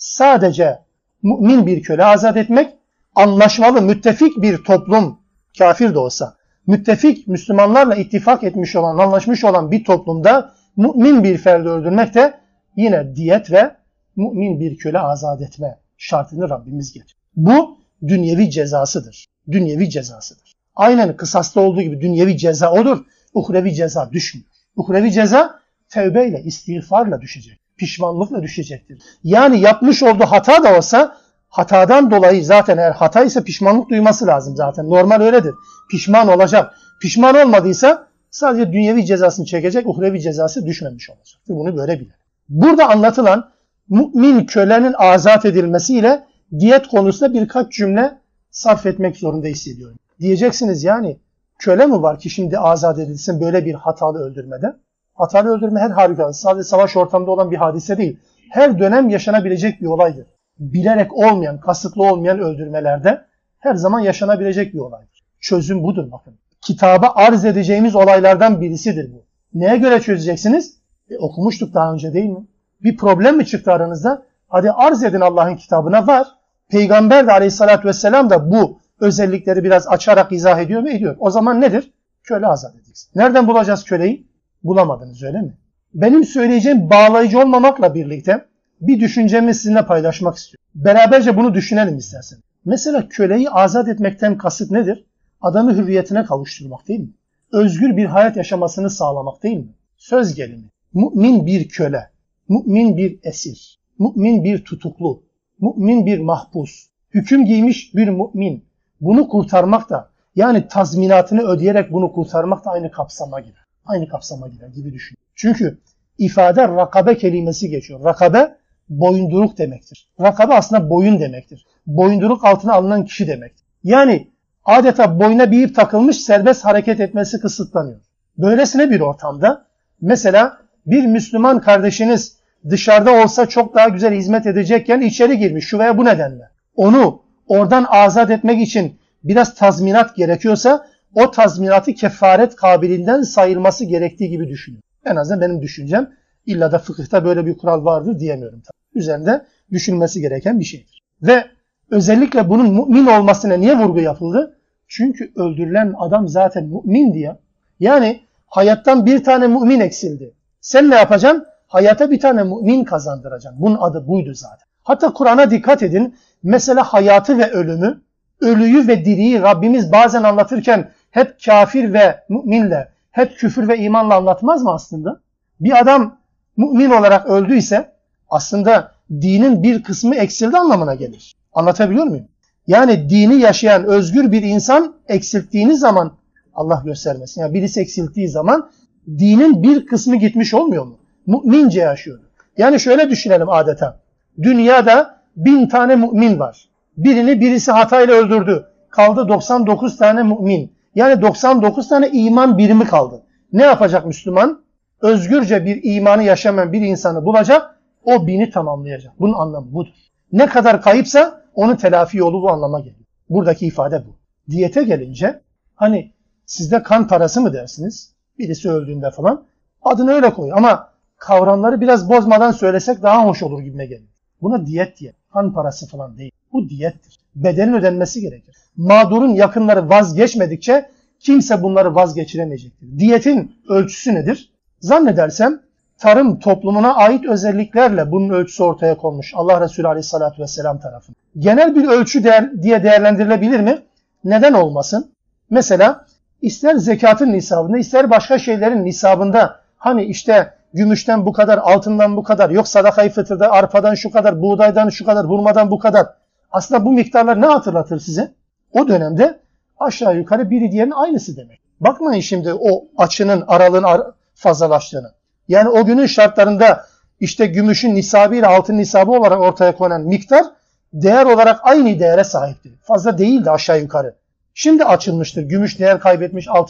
sadece mümin bir köle azat etmek, anlaşmalı, müttefik bir toplum, kafir de olsa, müttefik Müslümanlarla ittifak etmiş olan, anlaşmış olan bir toplumda mümin bir ferdi öldürmek de yine diyet ve mümin bir köle azat etme şartını Rabbimiz getiriyor. Bu dünyevi cezasıdır. Dünyevi cezasıdır. Aynen kısasta olduğu gibi dünyevi ceza odur. Uhrevi ceza düşmüyor. Uhrevi ceza tevbeyle, istiğfarla düşecek. Pişmanlıkla düşecektir. Yani yapmış olduğu hata da olsa hatadan dolayı zaten eğer hata ise pişmanlık duyması lazım zaten. Normal öyledir. Pişman olacak. Pişman olmadıysa sadece dünyevi cezasını çekecek, uhrevi cezası düşmemiş olacak. Bunu böyle bilelim. Burada anlatılan mümin kölenin azat edilmesiyle diyet konusunda birkaç cümle sarf etmek zorunda hissediyorum. Diyeceksiniz yani köle mi var ki şimdi azat edilsin böyle bir hatalı öldürmede? Hatalı öldürme her halükarda sadece savaş ortamında olan bir hadise değil. Her dönem yaşanabilecek bir olaydır. Bilerek olmayan, kasıtlı olmayan öldürmelerde her zaman yaşanabilecek bir olaydır. Çözüm budur bakın. Kitaba arz edeceğimiz olaylardan birisidir bu. Neye göre çözeceksiniz? Okumuştuk daha önce değil mi? Bir problem mi çıktı aranızda? Hadi arz edin Allah'ın kitabına var. Peygamber de aleyhissalatü vesselam da bu özellikleri biraz açarak izah ediyor mu? Ediyor. O zaman nedir? Köle azat edeceksin. Nereden bulacağız köleyi? Bulamadınız öyle mi? Benim söyleyeceğim bağlayıcı olmamakla birlikte bir düşüncemi sizinle paylaşmak istiyorum. Beraberce bunu düşünelim istersen. Mesela köleyi azat etmekten kasıt nedir? Adamı hürriyetine kavuşturmak değil mi? Özgür bir hayat yaşamasını sağlamak değil mi? Söz gelimi. Mümin bir köle, mümin bir esir, mümin bir tutuklu, mümin bir mahpus, hüküm giymiş bir mümin. Bunu kurtarmak da yani tazminatını ödeyerek bunu kurtarmak da aynı kapsama girer. Aynı kapsama girer gibi düşün. Çünkü ifade rakabe kelimesi geçiyor. Rakabe boyunduruk demektir. Rakabe aslında boyun demektir. Boyunduruk altına alınan kişi demektir. Yani adeta boyuna bir ip takılmış serbest hareket etmesi kısıtlanıyor. Böylesine bir ortamda mesela bir Müslüman kardeşiniz dışarıda olsa çok daha güzel hizmet edecekken içeri girmiş şu veya bu nedenle. Onu oradan azat etmek için biraz tazminat gerekiyorsa o tazminatı kefaret kabiliğinden sayılması gerektiği gibi düşünüyorum. En azından benim düşüncem. İlla da fıkıhta böyle bir kural vardır diyemiyorum tabii. Üzerinde düşünülmesi gereken bir şeydir. Ve özellikle bunun mümin olmasına niye vurgu yapıldı? Çünkü öldürülen adam zaten mümin diye. Yani hayattan bir tane mümin eksildi. Sen ne yapacaksın? Hayata bir tane mümin kazandıracaksın. Bunun adı buydu zaten. Hatta Kur'an'a dikkat edin. Mesela hayatı ve ölümü, ölüyü ve diriyi Rabbimiz bazen anlatırken hep kafir ve müminle, hep küfür ve imanla anlatmaz mı aslında? Bir adam mümin olarak öldüyse aslında dinin bir kısmı eksildi anlamına gelir. Anlatabiliyor muyum? Yani dini yaşayan özgür bir insan eksilttiğiniz zaman Allah göstermesin. Yani birisi eksilttiği zaman dinin bir kısmı gitmiş olmuyor mu? Mümince yaşıyor. Yani şöyle düşünelim adeta. Dünyada 1000 tane mümin var. Birisi hatayla öldürdü. Kaldı 99 tane mümin. Yani 99 tane iman birimi kaldı. Ne yapacak Müslüman? Özgürce bir imanı yaşamayan bir insanı bulacak. O 1000'i tamamlayacak. Bunun anlamı budur. Ne kadar kayıpsa onun telafi yolu bu anlama geliyor. Buradaki ifade bu. Diyete gelince hani sizde kan parası mı dersiniz? Birisi öldüğünde falan. Adını öyle koy ama kavramları biraz bozmadan söylesek daha hoş olur gibime geliyor. Buna diyet diye. Kan parası falan değil. Bu diyettir. Bedelin ödenmesi gerekir. Mağdurun yakınları vazgeçmedikçe kimse bunları vazgeçiremeyecektir. Diyetin ölçüsü nedir? Zannedersem tarım toplumuna ait özelliklerle bunun ölçüsü ortaya konmuş. Allah Resulü Aleyhisselatü Vesselam tarafından. Genel bir ölçü diye değerlendirilebilir mi? Neden olmasın? Mesela ister zekatın nisabında ister başka şeylerin nisabında hani işte gümüşten bu kadar, altından bu kadar, yok sadaka-i fıtrda arpadan şu kadar, buğdaydan şu kadar, hurmadan bu kadar. Aslında bu miktarlar ne hatırlatır size? O dönemde aşağı yukarı biri diğerinin aynısı demek. Bakmayın şimdi o açının, aralığın fazlalaştığını. Yani o günün şartlarında işte gümüşün nisabı ile altın nisabı olarak ortaya konan miktar değer olarak aynı değere sahipti. Fazla değildi aşağı yukarı. Şimdi açılmıştır. Gümüş değer kaybetmiş, altın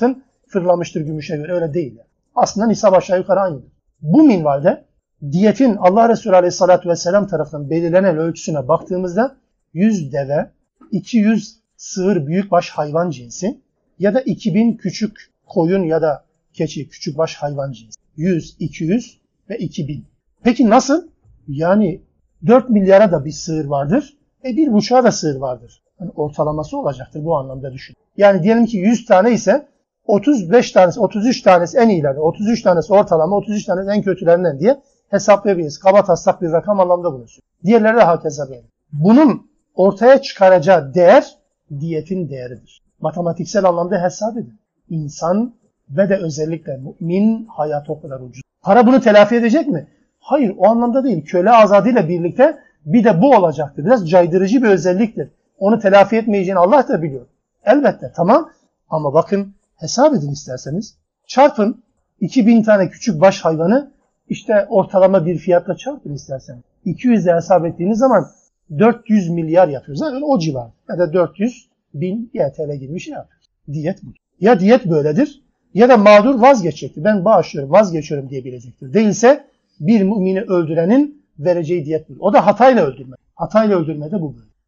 fırlamıştır gümüşe göre. Öyle değil. Yani. Aslında nisap aşağı yukarı aynıdır. Bu minvalde diyetin Allah Resulü Aleyhisselatü Vesselam tarafından belirlenen ölçüsüne baktığımızda 100 deve, 200 sığır büyükbaş hayvan cinsi ya da 2000 küçük koyun ya da keçi küçükbaş hayvan cinsi. 100, 200 ve 2000. Peki nasıl? Yani 4 milyara da bir sığır vardır. 1,5'a da sığır vardır. Yani ortalaması olacaktır bu anlamda düşün. Yani diyelim ki 100 tane ise 35 tanesi, 33 tanesi en iyileri, 33 tanesi ortalama, 33 tanesi en kötülerinden diye hesaplayabiliriz. Kaba taslak bir rakam anlamda bunu söylüyor. Diğerleri de hakeza böyle. Bunun ortaya çıkaracağı değer diyetin değeridir. Matematiksel anlamda hesap edin. İnsan ve de özellikle mümin hayatı o kadar ucuz. Para bunu telafi edecek mi? Hayır, o anlamda değil. Köle azadıyla birlikte bir de bu olacaktır. Biraz caydırıcı bir özelliktir. Onu telafi etmeyeceğini Allah da biliyor. Elbette tamam ama bakın hesap edin isterseniz. Çarpın 2000 tane küçük baş hayvanı işte ortalama bir fiyatla çarpın isterseniz. 200 ile hesap ettiğiniz zaman 400 milyar yapıyoruz. Yani o civar. Ya da 400 bin YTL gibi bir şey yapıyoruz. Diyet bu. Ya diyet böyledir ya da mağdur vazgeçecektir. Ben bağışlıyorum, vazgeçiyorum diyebilecektir. Değilse bir mümini öldürenin vereceği diyet bu. O da hatayla öldürme. Hatayla öldürmede bu böyle.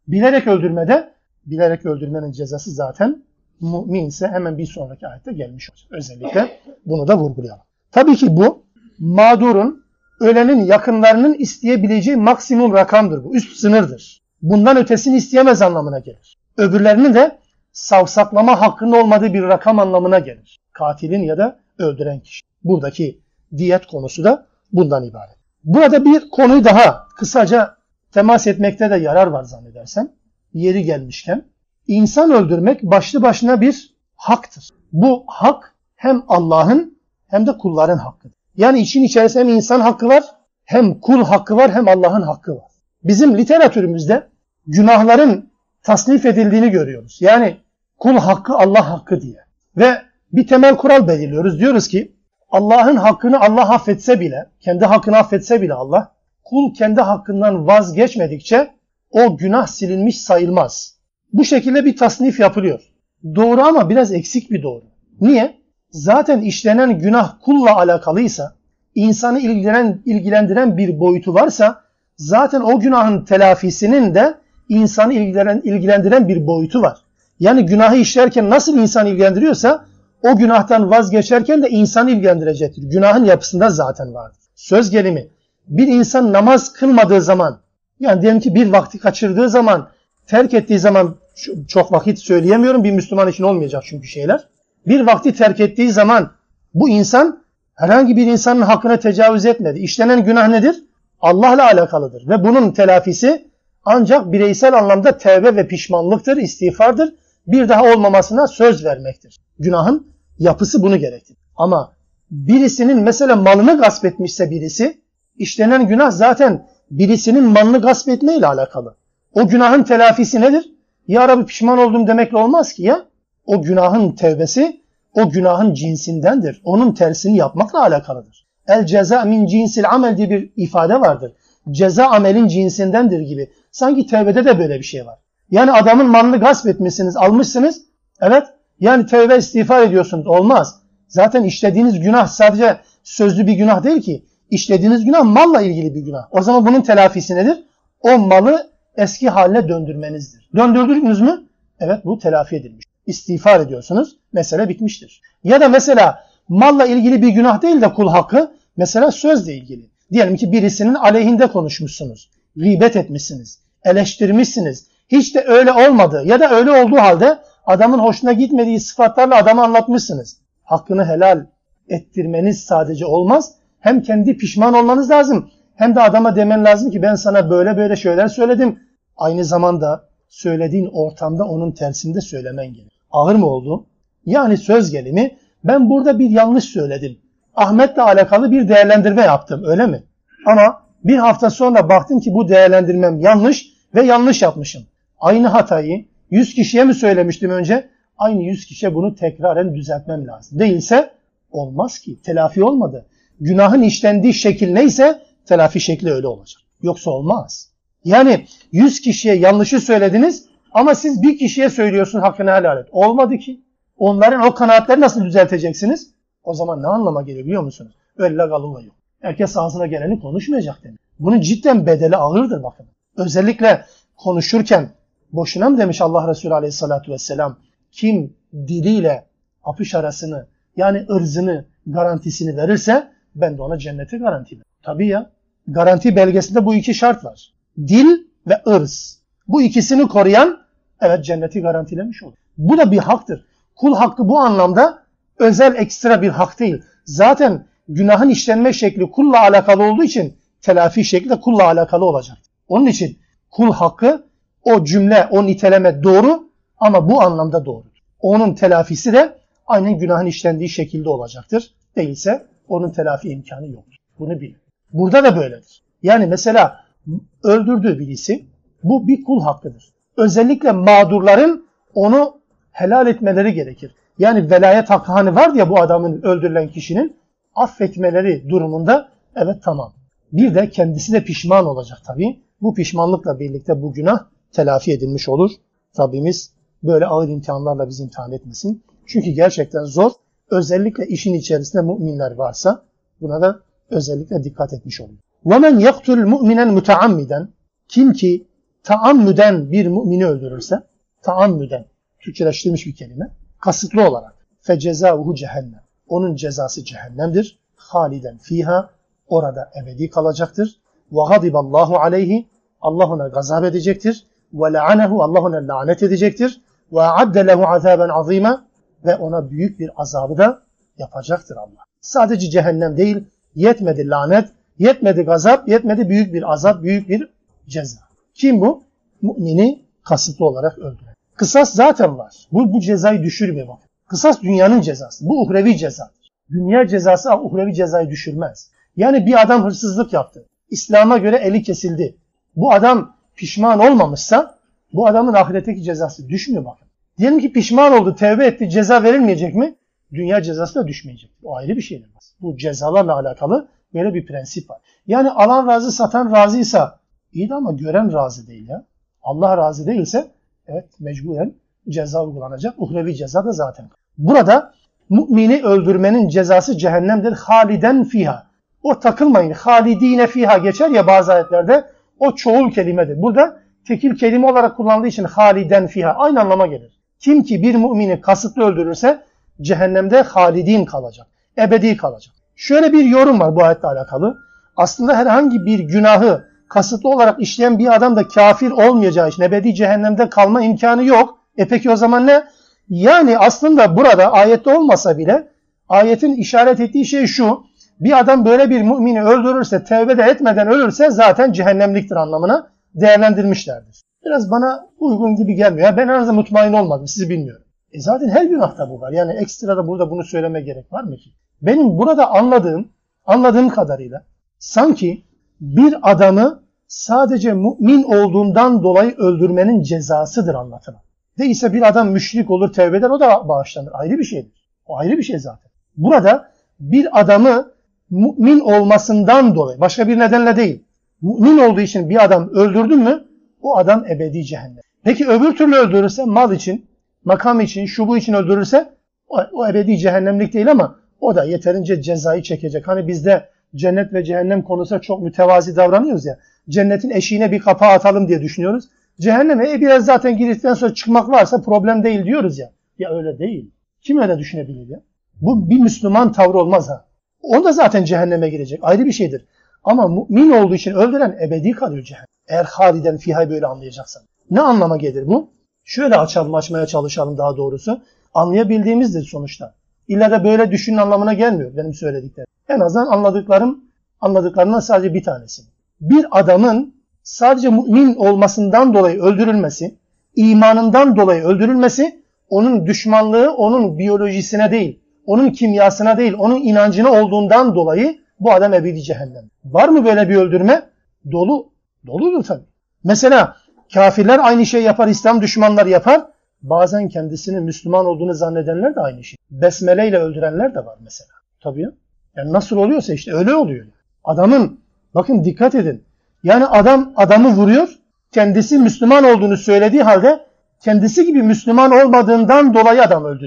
Bilerek öldürmenin cezası zaten müminse hemen bir sonraki ayette gelmiş olacak. Özellikle bunu da vurgulayalım. Tabii ki bu mağdurun, ölenin yakınlarının isteyebileceği maksimum rakamdır bu. Üst sınırdır. Bundan ötesini isteyemez anlamına gelir. Öbürlerinin de savsaklama hakkının olmadığı bir rakam anlamına gelir. Katilin ya da öldüren kişi. Buradaki diyet konusu da bundan ibaret. Burada bir konuyu daha kısaca temas etmekte de yarar var zannedersem. Yeri gelmişken. İnsan öldürmek başlı başına bir haktır. Bu hak hem Allah'ın hem de kulların hakkıdır. Yani için içerisinde hem insan hakkı var, hem kul hakkı var, hem Allah'ın hakkı var. Bizim literatürümüzde günahların tasnif edildiğini görüyoruz. Yani kul hakkı, Allah hakkı diye. Ve bir temel kural belirliyoruz. Diyoruz ki Allah'ın hakkını Allah affetse bile, kendi hakkını affetse bile Allah, kul kendi hakkından vazgeçmedikçe o günah silinmiş sayılmaz. Bu şekilde bir tasnif yapılıyor. Doğru ama biraz eksik bir doğru. Niye? Zaten işlenen günah kulla alakalıysa, insanı ilgilendiren bir boyutu varsa, zaten o günahın telafisinin de insanı ilgilendiren bir boyutu var. Yani günahı işlerken nasıl insanı ilgilendiriyorsa, o günahtan vazgeçerken de insanı ilgilendirecektir. Günahın yapısında zaten vardır. Söz gelimi, bir insan namaz kılmadığı zaman, yani diyelim ki bir vakti kaçırdığı zaman, terk ettiği zaman, çok vakit söyleyemiyorum, bir Müslüman için olmayacak çünkü şeyler. Bir vakti terk ettiği zaman bu insan herhangi bir insanın hakkına tecavüz etmedi. İşlenen günah nedir? Allah'la alakalıdır. Ve bunun telafisi ancak bireysel anlamda tevbe ve pişmanlıktır, istiğfardır. Bir daha olmamasına söz vermektir. Günahın yapısı bunu gerektirir. Ama birisinin mesela malını gasp etmişse birisi, işlenen günah zaten birisinin malını gasp etmeyle alakalı. O günahın telafisi nedir? Ya Rabbi pişman oldum demekle olmaz ki ya. O günahın tevbesi o günahın cinsindendir. Onun tersini yapmakla alakalıdır. El ceza min cinsil amel diye bir ifade vardır. Ceza amelin cinsindendir gibi. Sanki tevbede de böyle bir şey var. Yani adamın malını gasp etmişsiniz, almışsınız. Evet. Yani tevbe istiğfar ediyorsunuz. Olmaz. Zaten işlediğiniz günah sadece sözlü bir günah değil ki. İşlediğiniz günah malla ilgili bir günah. O zaman bunun telafisi nedir? O malı eski haline döndürmenizdir. Döndürdünüz mü? Evet, bu telafi edilmiş. İstiğfar ediyorsunuz. Mesele bitmiştir. Ya da mesela malla ilgili bir günah değil de kul hakkı, mesela sözle ilgili. Diyelim ki birisinin aleyhinde konuşmuşsunuz. Gıybet etmişsiniz. Eleştirmişsiniz. Hiç de öyle olmadı ya da öyle olduğu halde adamın hoşuna gitmediği sıfatlarla adamı anlatmışsınız. Hakkını helal ettirmeniz sadece olmaz. Hem kendi pişman olmanız lazım. Hem de adama demen lazım ki ben sana böyle böyle şeyler söyledim. Aynı zamanda söylediğin ortamda onun tersini de söylemen gerekir. Ağır mı oldu? Yani söz gelimi ben burada bir yanlış söyledim. Ahmet'le alakalı bir değerlendirme yaptım, öyle mi? Ama bir hafta sonra baktım ki bu değerlendirmem yanlış ve yanlış yapmışım. Aynı hatayı 100 kişiye mi söylemiştim önce? Aynı 100 kişiye bunu tekraren düzeltmem lazım. Değilse olmaz ki. Telafi olmadı. Günahın işlendiği şekil neyse telafi şekli öyle olacak. Yoksa olmaz. Yani 100 kişiye yanlışı söylediniz ama siz bir kişiye söylüyorsun hakkını helal et. Olmadı ki. Onların o kanaatleri nasıl düzelteceksiniz? O zaman ne anlama geliyor biliyor musunuz? Öyle lagaluga yok. Herkes ağzına geleni konuşmayacak demek. Bunun cidden bedeli ağırdır bakın. Özellikle konuşurken boşuna mı demiş Allah Resulü Aleyhisselatü Vesselam? Kim diliyle apış arasını yani ırzını garantisini verirse ben de ona cenneti garanti veririm. Tabii ya. Garanti belgesinde bu iki şart var. Dil ve ırz. Bu ikisini koruyan evet cenneti garantilemiş olur. Bu da bir haktır. Kul hakkı bu anlamda özel ekstra bir hak değil. Zaten günahın işlenme şekli kulla alakalı olduğu için telafi şekli de kulla alakalı olacak. Onun için kul hakkı o cümle, o niteleme doğru ama bu anlamda doğrudur. Onun telafisi de aynen günahın işlendiği şekilde olacaktır. Değilse onun telafi imkanı yoktur. Bunu bilin. Burada da böyledir. Yani mesela öldürdüğü birisi bu bir kul hakkıdır. Özellikle mağdurların onu helal etmeleri gerekir. Yani velayet hakkı hani var ya bu adamın öldürülen kişinin affetmeleri durumunda evet tamam. Bir de kendisi de pişman olacak tabii. Bu pişmanlıkla birlikte bu günah telafi edilmiş olur. Rabbimiz böyle ağır imtihanlarla bizi imtihan etmesin. Çünkü gerçekten zor. Özellikle işin içerisinde müminler varsa buna da özellikle dikkat etmiş olur. وَمَنْ يَقْتُلْ مُؤْمِنًا مُتَعَمِّدًا Kim ki taammüden bir mümini öldürürse, taammüden, Türkçeleştirilmiş bir kelime, kasıtlı olarak, فَجَزَاهُ cehennem. Onun cezası cehennemdir. Haliden fiha, orada ebedi kalacaktır. وَغَضِبَ اللّٰهُ عَلَيْهِ Allah ona gazap edecektir. وَلَعَنَهُ Allah ona lanet edecektir. وَاَعَدَّ لَهُ عَذَابًا عَظِيمًا Ve ona büyük bir azabı da yapacaktır Allah. Sadece cehennem değil, yetmedi lanet, yetmedi gazap, yetmedi büyük bir azap, büyük bir ceza. Kim bu? Mümini kasıtlı olarak öldüren. Kısas zaten var. Bu cezayı düşürmüyor bak. Kısas dünyanın cezası. Bu uhrevi cezadır. Dünya cezası uhrevi cezayı düşürmez. Yani bir adam hırsızlık yaptı. İslam'a göre eli kesildi. Bu adam pişman olmamışsa bu adamın ahiretteki cezası düşmüyor bakın. Diyelim ki pişman oldu, tevbe etti, ceza verilmeyecek mi? Dünya cezası da düşmeyecek. O ayrı bir şeydir. Bu cezalarla alakalı böyle bir prensip var. Yani alan razı, satan razıysa iyi de ama gören razı değil ya. Allah razı değilse evet mecburen ceza uygulanacak. Uhrevi ceza da zaten. Burada mümini öldürmenin cezası cehennemdir. Haliden fiha. O takılmayın. Halidine fiha geçer ya bazı ayetlerde. O çoğul kelimedir. Burada tekil kelime olarak kullandığı için haliden fiha aynı anlama gelir. Kim ki bir mümini kasıtlı öldürürse cehennemde halidin kalacak. Ebedi kalacak. Şöyle bir yorum var bu ayetle alakalı. Aslında herhangi bir günahı kasıtlı olarak işleyen bir adam da kafir olmayacağı için ebedi cehennemde kalma imkanı yok. Peki o zaman ne? Yani aslında burada ayette olmasa bile ayetin işaret ettiği şey şu. Bir adam böyle bir mümini öldürürse, tevbe de etmeden ölürse zaten cehennemliktir anlamına değerlendirmişlerdir. Biraz bana uygun gibi gelmiyor. Ben en azından mutmain olmadım. Sizi bilmiyorum. Zaten her günahta bu var. Yani ekstra da burada bunu söyleme gerek var mı ki? Benim burada anladığım kadarıyla sanki bir adamı sadece mümin olduğundan dolayı öldürmenin cezasıdır anlatılan. Değilse bir adam müşrik olur, tevbe eder, o da bağışlanır. Ayrı bir şeydir. O ayrı bir şey zaten. Burada bir adamı mümin olmasından dolayı, başka bir nedenle değil, mümin olduğu için bir adam öldürdün mü, o adam ebedi cehennem. Peki öbür türlü öldürürse, mal için, makam için, şu bu için öldürürse, o ebedi cehennemlik değil ama o da yeterince cezayı çekecek. Hani bizde cennet ve cehennem konusunda çok mütevazi davranıyoruz ya. Cennetin eşiğine bir kapağı atalım diye düşünüyoruz. Cehenneme biraz zaten girdikten sonra çıkmak varsa problem değil diyoruz ya. Ya öyle değil. Kim öyle düşünebilir ya? Bu bir Müslüman tavrı olmaz ha. O da zaten cehenneme girecek. Ayrı bir şeydir. Ama mümin olduğu için öldüren ebedi kalıyor cehennem. Eğer haliden fihay böyle anlayacaksan. Ne anlama gelir bu? Şöyle açmaya çalışalım daha doğrusu. Anlayabildiğimizdir sonuçta. İlla da böyle düşünün anlamına gelmiyor benim söylediklerim. En azından anladıklarından sadece bir tanesi. Bir adamın sadece mümin olmasından dolayı öldürülmesi, imanından dolayı öldürülmesi, onun düşmanlığı onun biyolojisine değil, onun kimyasına değil, onun inancına olduğundan dolayı bu adam ebedi cehennem. Var mı böyle bir öldürme? Doludur tabii. Mesela kafirler aynı şey yapar, İslam düşmanları yapar. Bazen kendisinin Müslüman olduğunu zannedenler de aynı şey. Besmele ile öldürenler de var mesela. Tabii ya. Yani nasıl oluyorsa işte öyle oluyor. Bakın dikkat edin. Yani adamı vuruyor, kendisi Müslüman olduğunu söylediği halde kendisi gibi Müslüman olmadığından dolayı adam öldürüyor.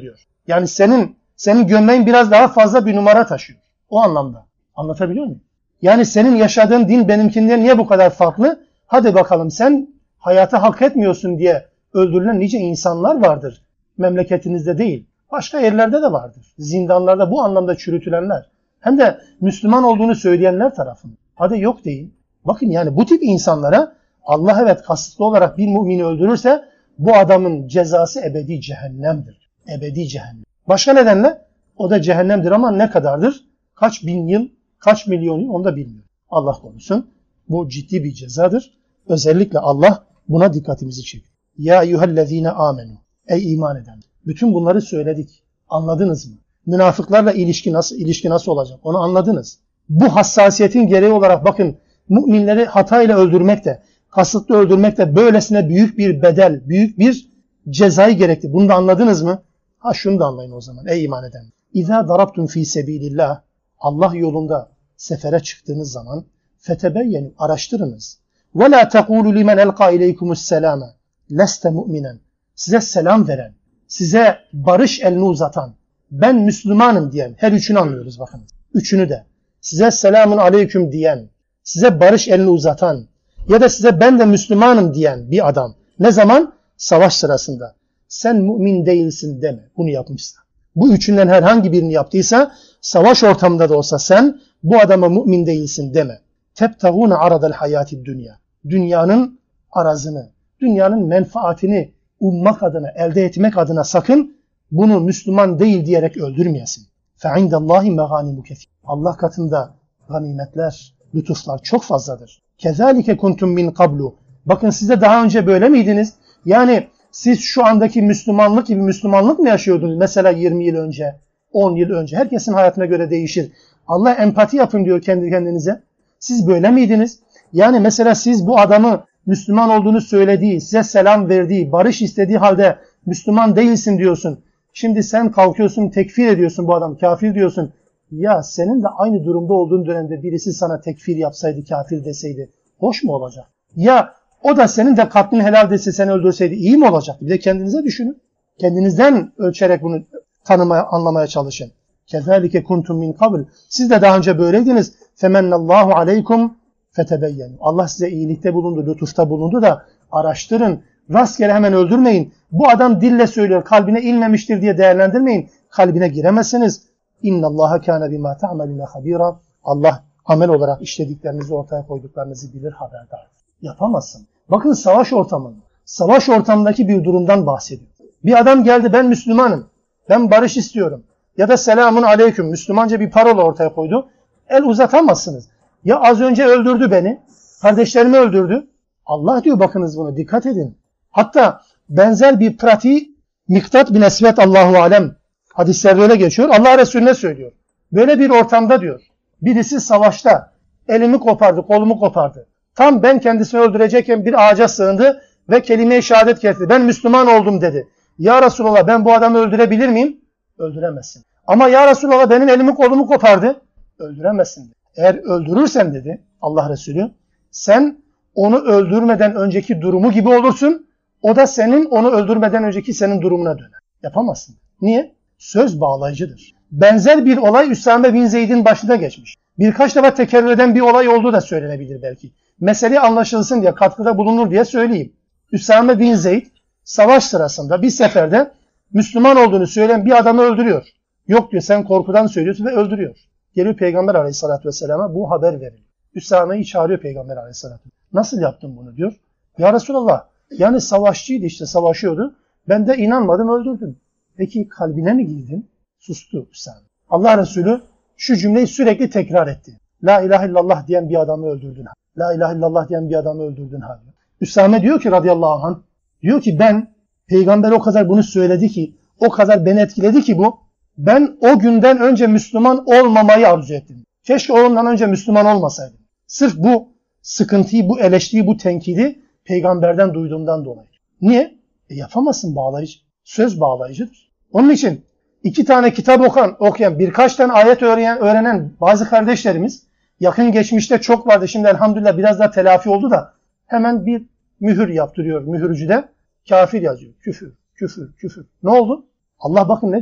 Yani senin gömleğin biraz daha fazla bir numara taşıyor. O anlamda. Anlatabiliyor muyum? Yani senin yaşadığın din benimkinden niye bu kadar farklı? Hadi bakalım, sen hayatı hak etmiyorsun diye öldürülen nice insanlar vardır. Memleketinizde değil, başka yerlerde de vardır. Zindanlarda bu anlamda çürütülenler. Hem de Müslüman olduğunu söyleyenler tarafından. Hadi yok deyin. Bakın yani bu tip insanlara Allah evet kasıtlı olarak bir mümini öldürürse bu adamın cezası ebedi cehennemdir. Ebedi cehennem. Başka nedenle o da cehennemdir ama ne kadardır? Kaç bin yıl, kaç milyon yıl onu da bilmiyorum. Allah korusun. Bu ciddi bir cezadır. Özellikle Allah buna dikkatimizi çekiyor. Ya eyyühellezine amenu. Ey iman eden. Bütün bunları söyledik. Anladınız mı? Münafıklarla ilişki nasıl olacak? Onu anladınız. Bu hassasiyetin gereği olarak bakın, müminleri hatayla öldürmek de, kasıtlı öldürmek de böylesine büyük bir bedel, büyük bir cezayı gerekti. Bunu da anladınız mı? Ha şunu da anlayın o zaman ey iman eden. İzâ darabtum fî sebîlillâh. Allah yolunda sefere çıktığınız zaman fetebeyyenu, araştırınız. Ve lâ tekûlü limen elqâ ileykumusselâme leste mu'minen. Size selam veren, size barış elini uzatan, ben Müslümanım diyen, her üçünü anlıyoruz bakın. Üçünü de. Size selamun aleyküm diyen, size barış elini uzatan ya da size ben de Müslümanım diyen bir adam. Ne zaman? Savaş sırasında. Sen mümin değilsin deme. Bunu yapmışsa. Bu üçünden herhangi birini yaptıysa, savaş ortamında da olsa sen bu adama mümin değilsin deme. Tebtagûne aradel hayâtid dünya. Dünyanın arazını, dünyanın menfaatini ummak adına, elde etmek adına sakın bunu Müslüman değil diyerek öldürmeyesin. فَعِنْدَ اللّٰهِ مَغَانِمُ كَثِيرٌ. Allah katında ganimetler, lütuflar çok fazladır. كَذَٰلِكَ كُنْتُمْ مِنْ قَبْلُ. Bakın siz de daha önce böyle miydiniz? Yani siz şu andaki Müslümanlık gibi Müslümanlık mı yaşıyordunuz? Mesela 20 yıl önce, 10 yıl önce. Herkesin hayatına göre değişir. Allah empati yapın diyor kendi kendinize. Siz böyle miydiniz? Yani mesela siz bu adamı Müslüman olduğunu söylediği, size selam verdiği, barış istediği halde Müslüman değilsin diyorsun. Şimdi sen kalkıyorsun, tekfir ediyorsun bu adam, kafir diyorsun. Ya senin de aynı durumda olduğun dönemde birisi sana tekfir yapsaydı, kafir deseydi hoş mu olacak? Ya o da senin de katlini helal dese, seni öldürseydi iyi mi olacak? Bir de kendinize düşünün. Kendinizden ölçerek bunu tanımaya, anlamaya çalışın. Kezalike kuntum min qabl. Siz de daha önce böyleydiniz. Femennallahu aleykum fetebeyyenu. Allah size iyilikte bulundu, lütufta bulundu da araştırın. Rastgele hemen öldürmeyin. Bu adam dille söylüyor, kalbine inmemiştir diye değerlendirmeyin. Kalbine giremezsiniz. İnnallaha kâne bimâ ta'melûne habîrâ. Allah amel olarak işlediklerinizi, ortaya koyduklarınızı bilir, haberdar. Yapamazsın. Bakın savaş ortamında. Savaş ortamındaki bir durumdan bahsediyor. Bir adam geldi, ben Müslümanım, ben barış istiyorum. Ya da selamun aleyküm, Müslümanca bir parola ortaya koydu. El uzatamazsınız. Ya az önce öldürdü beni, kardeşlerimi öldürdü. Allah diyor, bakınız bunu, dikkat edin. Hatta benzer bir pratiği Miktat bin Esvet Allahu alem hadislerde öyle geçiyor. Allah Resulüne söylüyor. Böyle bir ortamda diyor, birisi savaşta elimi kopardı, kolumu kopardı. Tam ben kendisini öldürecekken bir ağaca sığındı ve kelime-i şehadet getirdi. Ben Müslüman oldum dedi. Ya Resulallah, ben bu adamı öldürebilir miyim? Öldüremezsin. Ama ya Resulallah, benim elimi kolumu kopardı. Öldüremezsin dedi. Eğer öldürürsen dedi Allah Resulü, sen onu öldürmeden önceki durumu gibi olursun. O da senin onu öldürmeden önceki senin durumuna döner. Yapamazsın. Niye? Söz bağlayıcıdır. Benzer bir olay Üsame bin Zeyd'in başına geçmiş. Birkaç defa tekerrür eden bir olay olduğu da söylenebilir belki. Mesele anlaşılsın diye, katkıda bulunur diye söyleyeyim. Üsame bin Zeyd savaş sırasında bir seferde Müslüman olduğunu söyleyen bir adamı öldürüyor. Yok diyor, sen korkudan söylüyorsun, ve öldürüyor. Geliyor Peygamber Aleyhisselatü Vesselam'a bu haber veriliyor. Üsame'yi çağırıyor Peygamber Aleyhisselatü. Nasıl yaptın bunu diyor. Ya Resulallah, yani savaşçıydı işte, savaşıyordu. Ben de inanmadım, öldürdüm. Peki kalbine mi girdin? Sustu Üsame. Allah Resulü şu cümleyi sürekli tekrar etti. La ilahe illallah diyen bir adamı öldürdün. La ilahe illallah diyen bir adamı öldürdün. Üsame diyor ki radıyallahu anh, diyor ki ben, Peygamber o kadar bunu söyledi ki, o kadar beni etkiledi ki bu, ben o günden önce Müslüman olmamayı arzu ettim. Keşke ondan önce Müslüman olmasaydım. Sırf bu sıkıntıyı, bu eleştiriyi, bu tenkidi Peygamberden duyduğumdan dolayı. Niye? Yapamazsın, bağlayıcı. Söz bağlayıcıdır. Onun için 2 tane kitap okuyan, birkaç tane ayet öğrenen bazı kardeşlerimiz, yakın geçmişte çok vardı. Şimdi elhamdülillah biraz daha telafi oldu da hemen bir mühür yaptırıyor mühürcüde. Kafir yazıyor. Küfür, küfür, küfür. Ne oldu? Allah bakın ne dedi?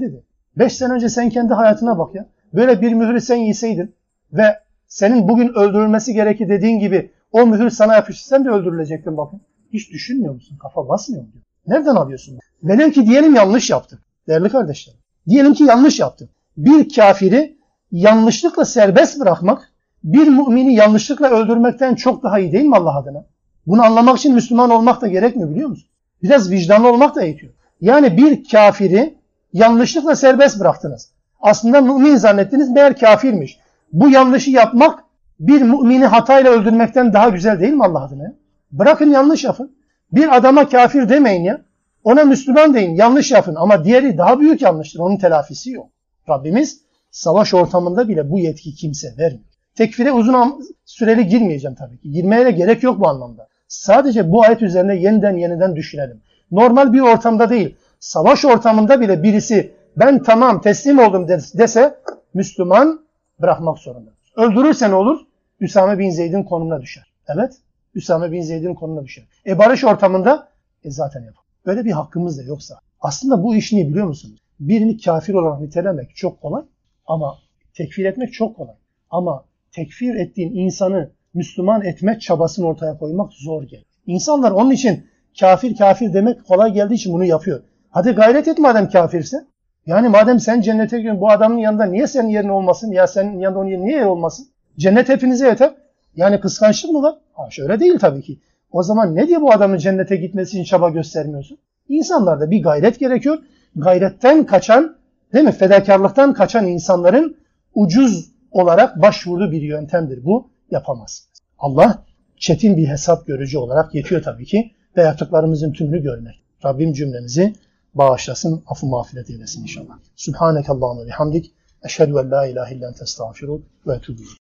5 sene önce sen kendi hayatına bak ya. Böyle bir mührü sen yeseydin ve senin bugün öldürülmesi gerekir dediğin gibi o mühür sana yapıştı, sen de öldürülecektin bakın. Hiç düşünmüyor musun? Kafa basmıyor mu? Nereden alıyorsun? Velev ki diyelim yanlış yaptın. Değerli kardeşlerim. Diyelim ki yanlış yaptın. Bir kafiri yanlışlıkla serbest bırakmak, bir mümini yanlışlıkla öldürmekten çok daha iyi değil mi Allah adına? Bunu anlamak için Müslüman olmak da gerekmiyor biliyor musun? Biraz vicdanlı olmak da yetiyor. Yani bir kafiri yanlışlıkla serbest bıraktınız. Aslında mümin zannettiniz, meğer kafirmiş. Bu yanlışı yapmak bir mümini hatayla öldürmekten daha güzel değil mi Allah adına? Bırakın yanlış yapın. Bir adama kafir demeyin ya. Ona Müslüman deyin, yanlış yapın. Ama diğeri daha büyük yanlıştır. Onun telafisi yok. Rabbimiz savaş ortamında bile bu yetki kimse vermiyor. Tekfire uzun süreli girmeyeceğim tabii ki. Girmeye de gerek yok bu anlamda. Sadece bu ayet üzerine yeniden düşünelim. Normal bir ortamda değil, savaş ortamında bile birisi ben tamam teslim oldum dese Müslüman bırakmak zorundadır. Öldürürse ne olur? Üsame bin Zeyd'in konumuna düşer. Evet, Üsame bin Zeyd'in konumuna düşer. Barış ortamında zaten yapar. Böyle bir hakkımız da yoksa. Aslında bu iş ne biliyor musunuz? Birini kafir olarak nitelemek çok kolay ama tekfir etmek çok kolay. Ama tekfir ettiğin insanı Müslüman etme çabasını ortaya koymak zor gelir. İnsanlar onun için kafir demek kolay geldiği için bunu yapıyor. Hadi gayret et madem kafirse. Yani madem sen cennete gidiyorsun, bu adamın yanında niye senin yerin olmasın? Ya senin yanında onun yerin niye yer olmasın? Cennet hepinize yeter. Yani kıskançlık mı var? Şöyle değil tabii ki. O zaman ne diye bu adamın cennete gitmesi için çaba göstermiyorsun? İnsanlarda bir gayret gerekiyor. Gayretten kaçan, değil mi? Fedakarlıktan kaçan insanların ucuz olarak başvurduğu bir yöntemdir bu. Yapamazsınız. Allah çetin bir hesap görücü olarak yetiyor tabii ki ve yaptıklarımızın tümünü görmek. Rabbim cümlemizi bağışlasın, affı mağfiret eylesin inşallah. Subhanekallahumma bihamdik. Eşhedü en la ilahe illen testağfiruk ve etûbü ileyk.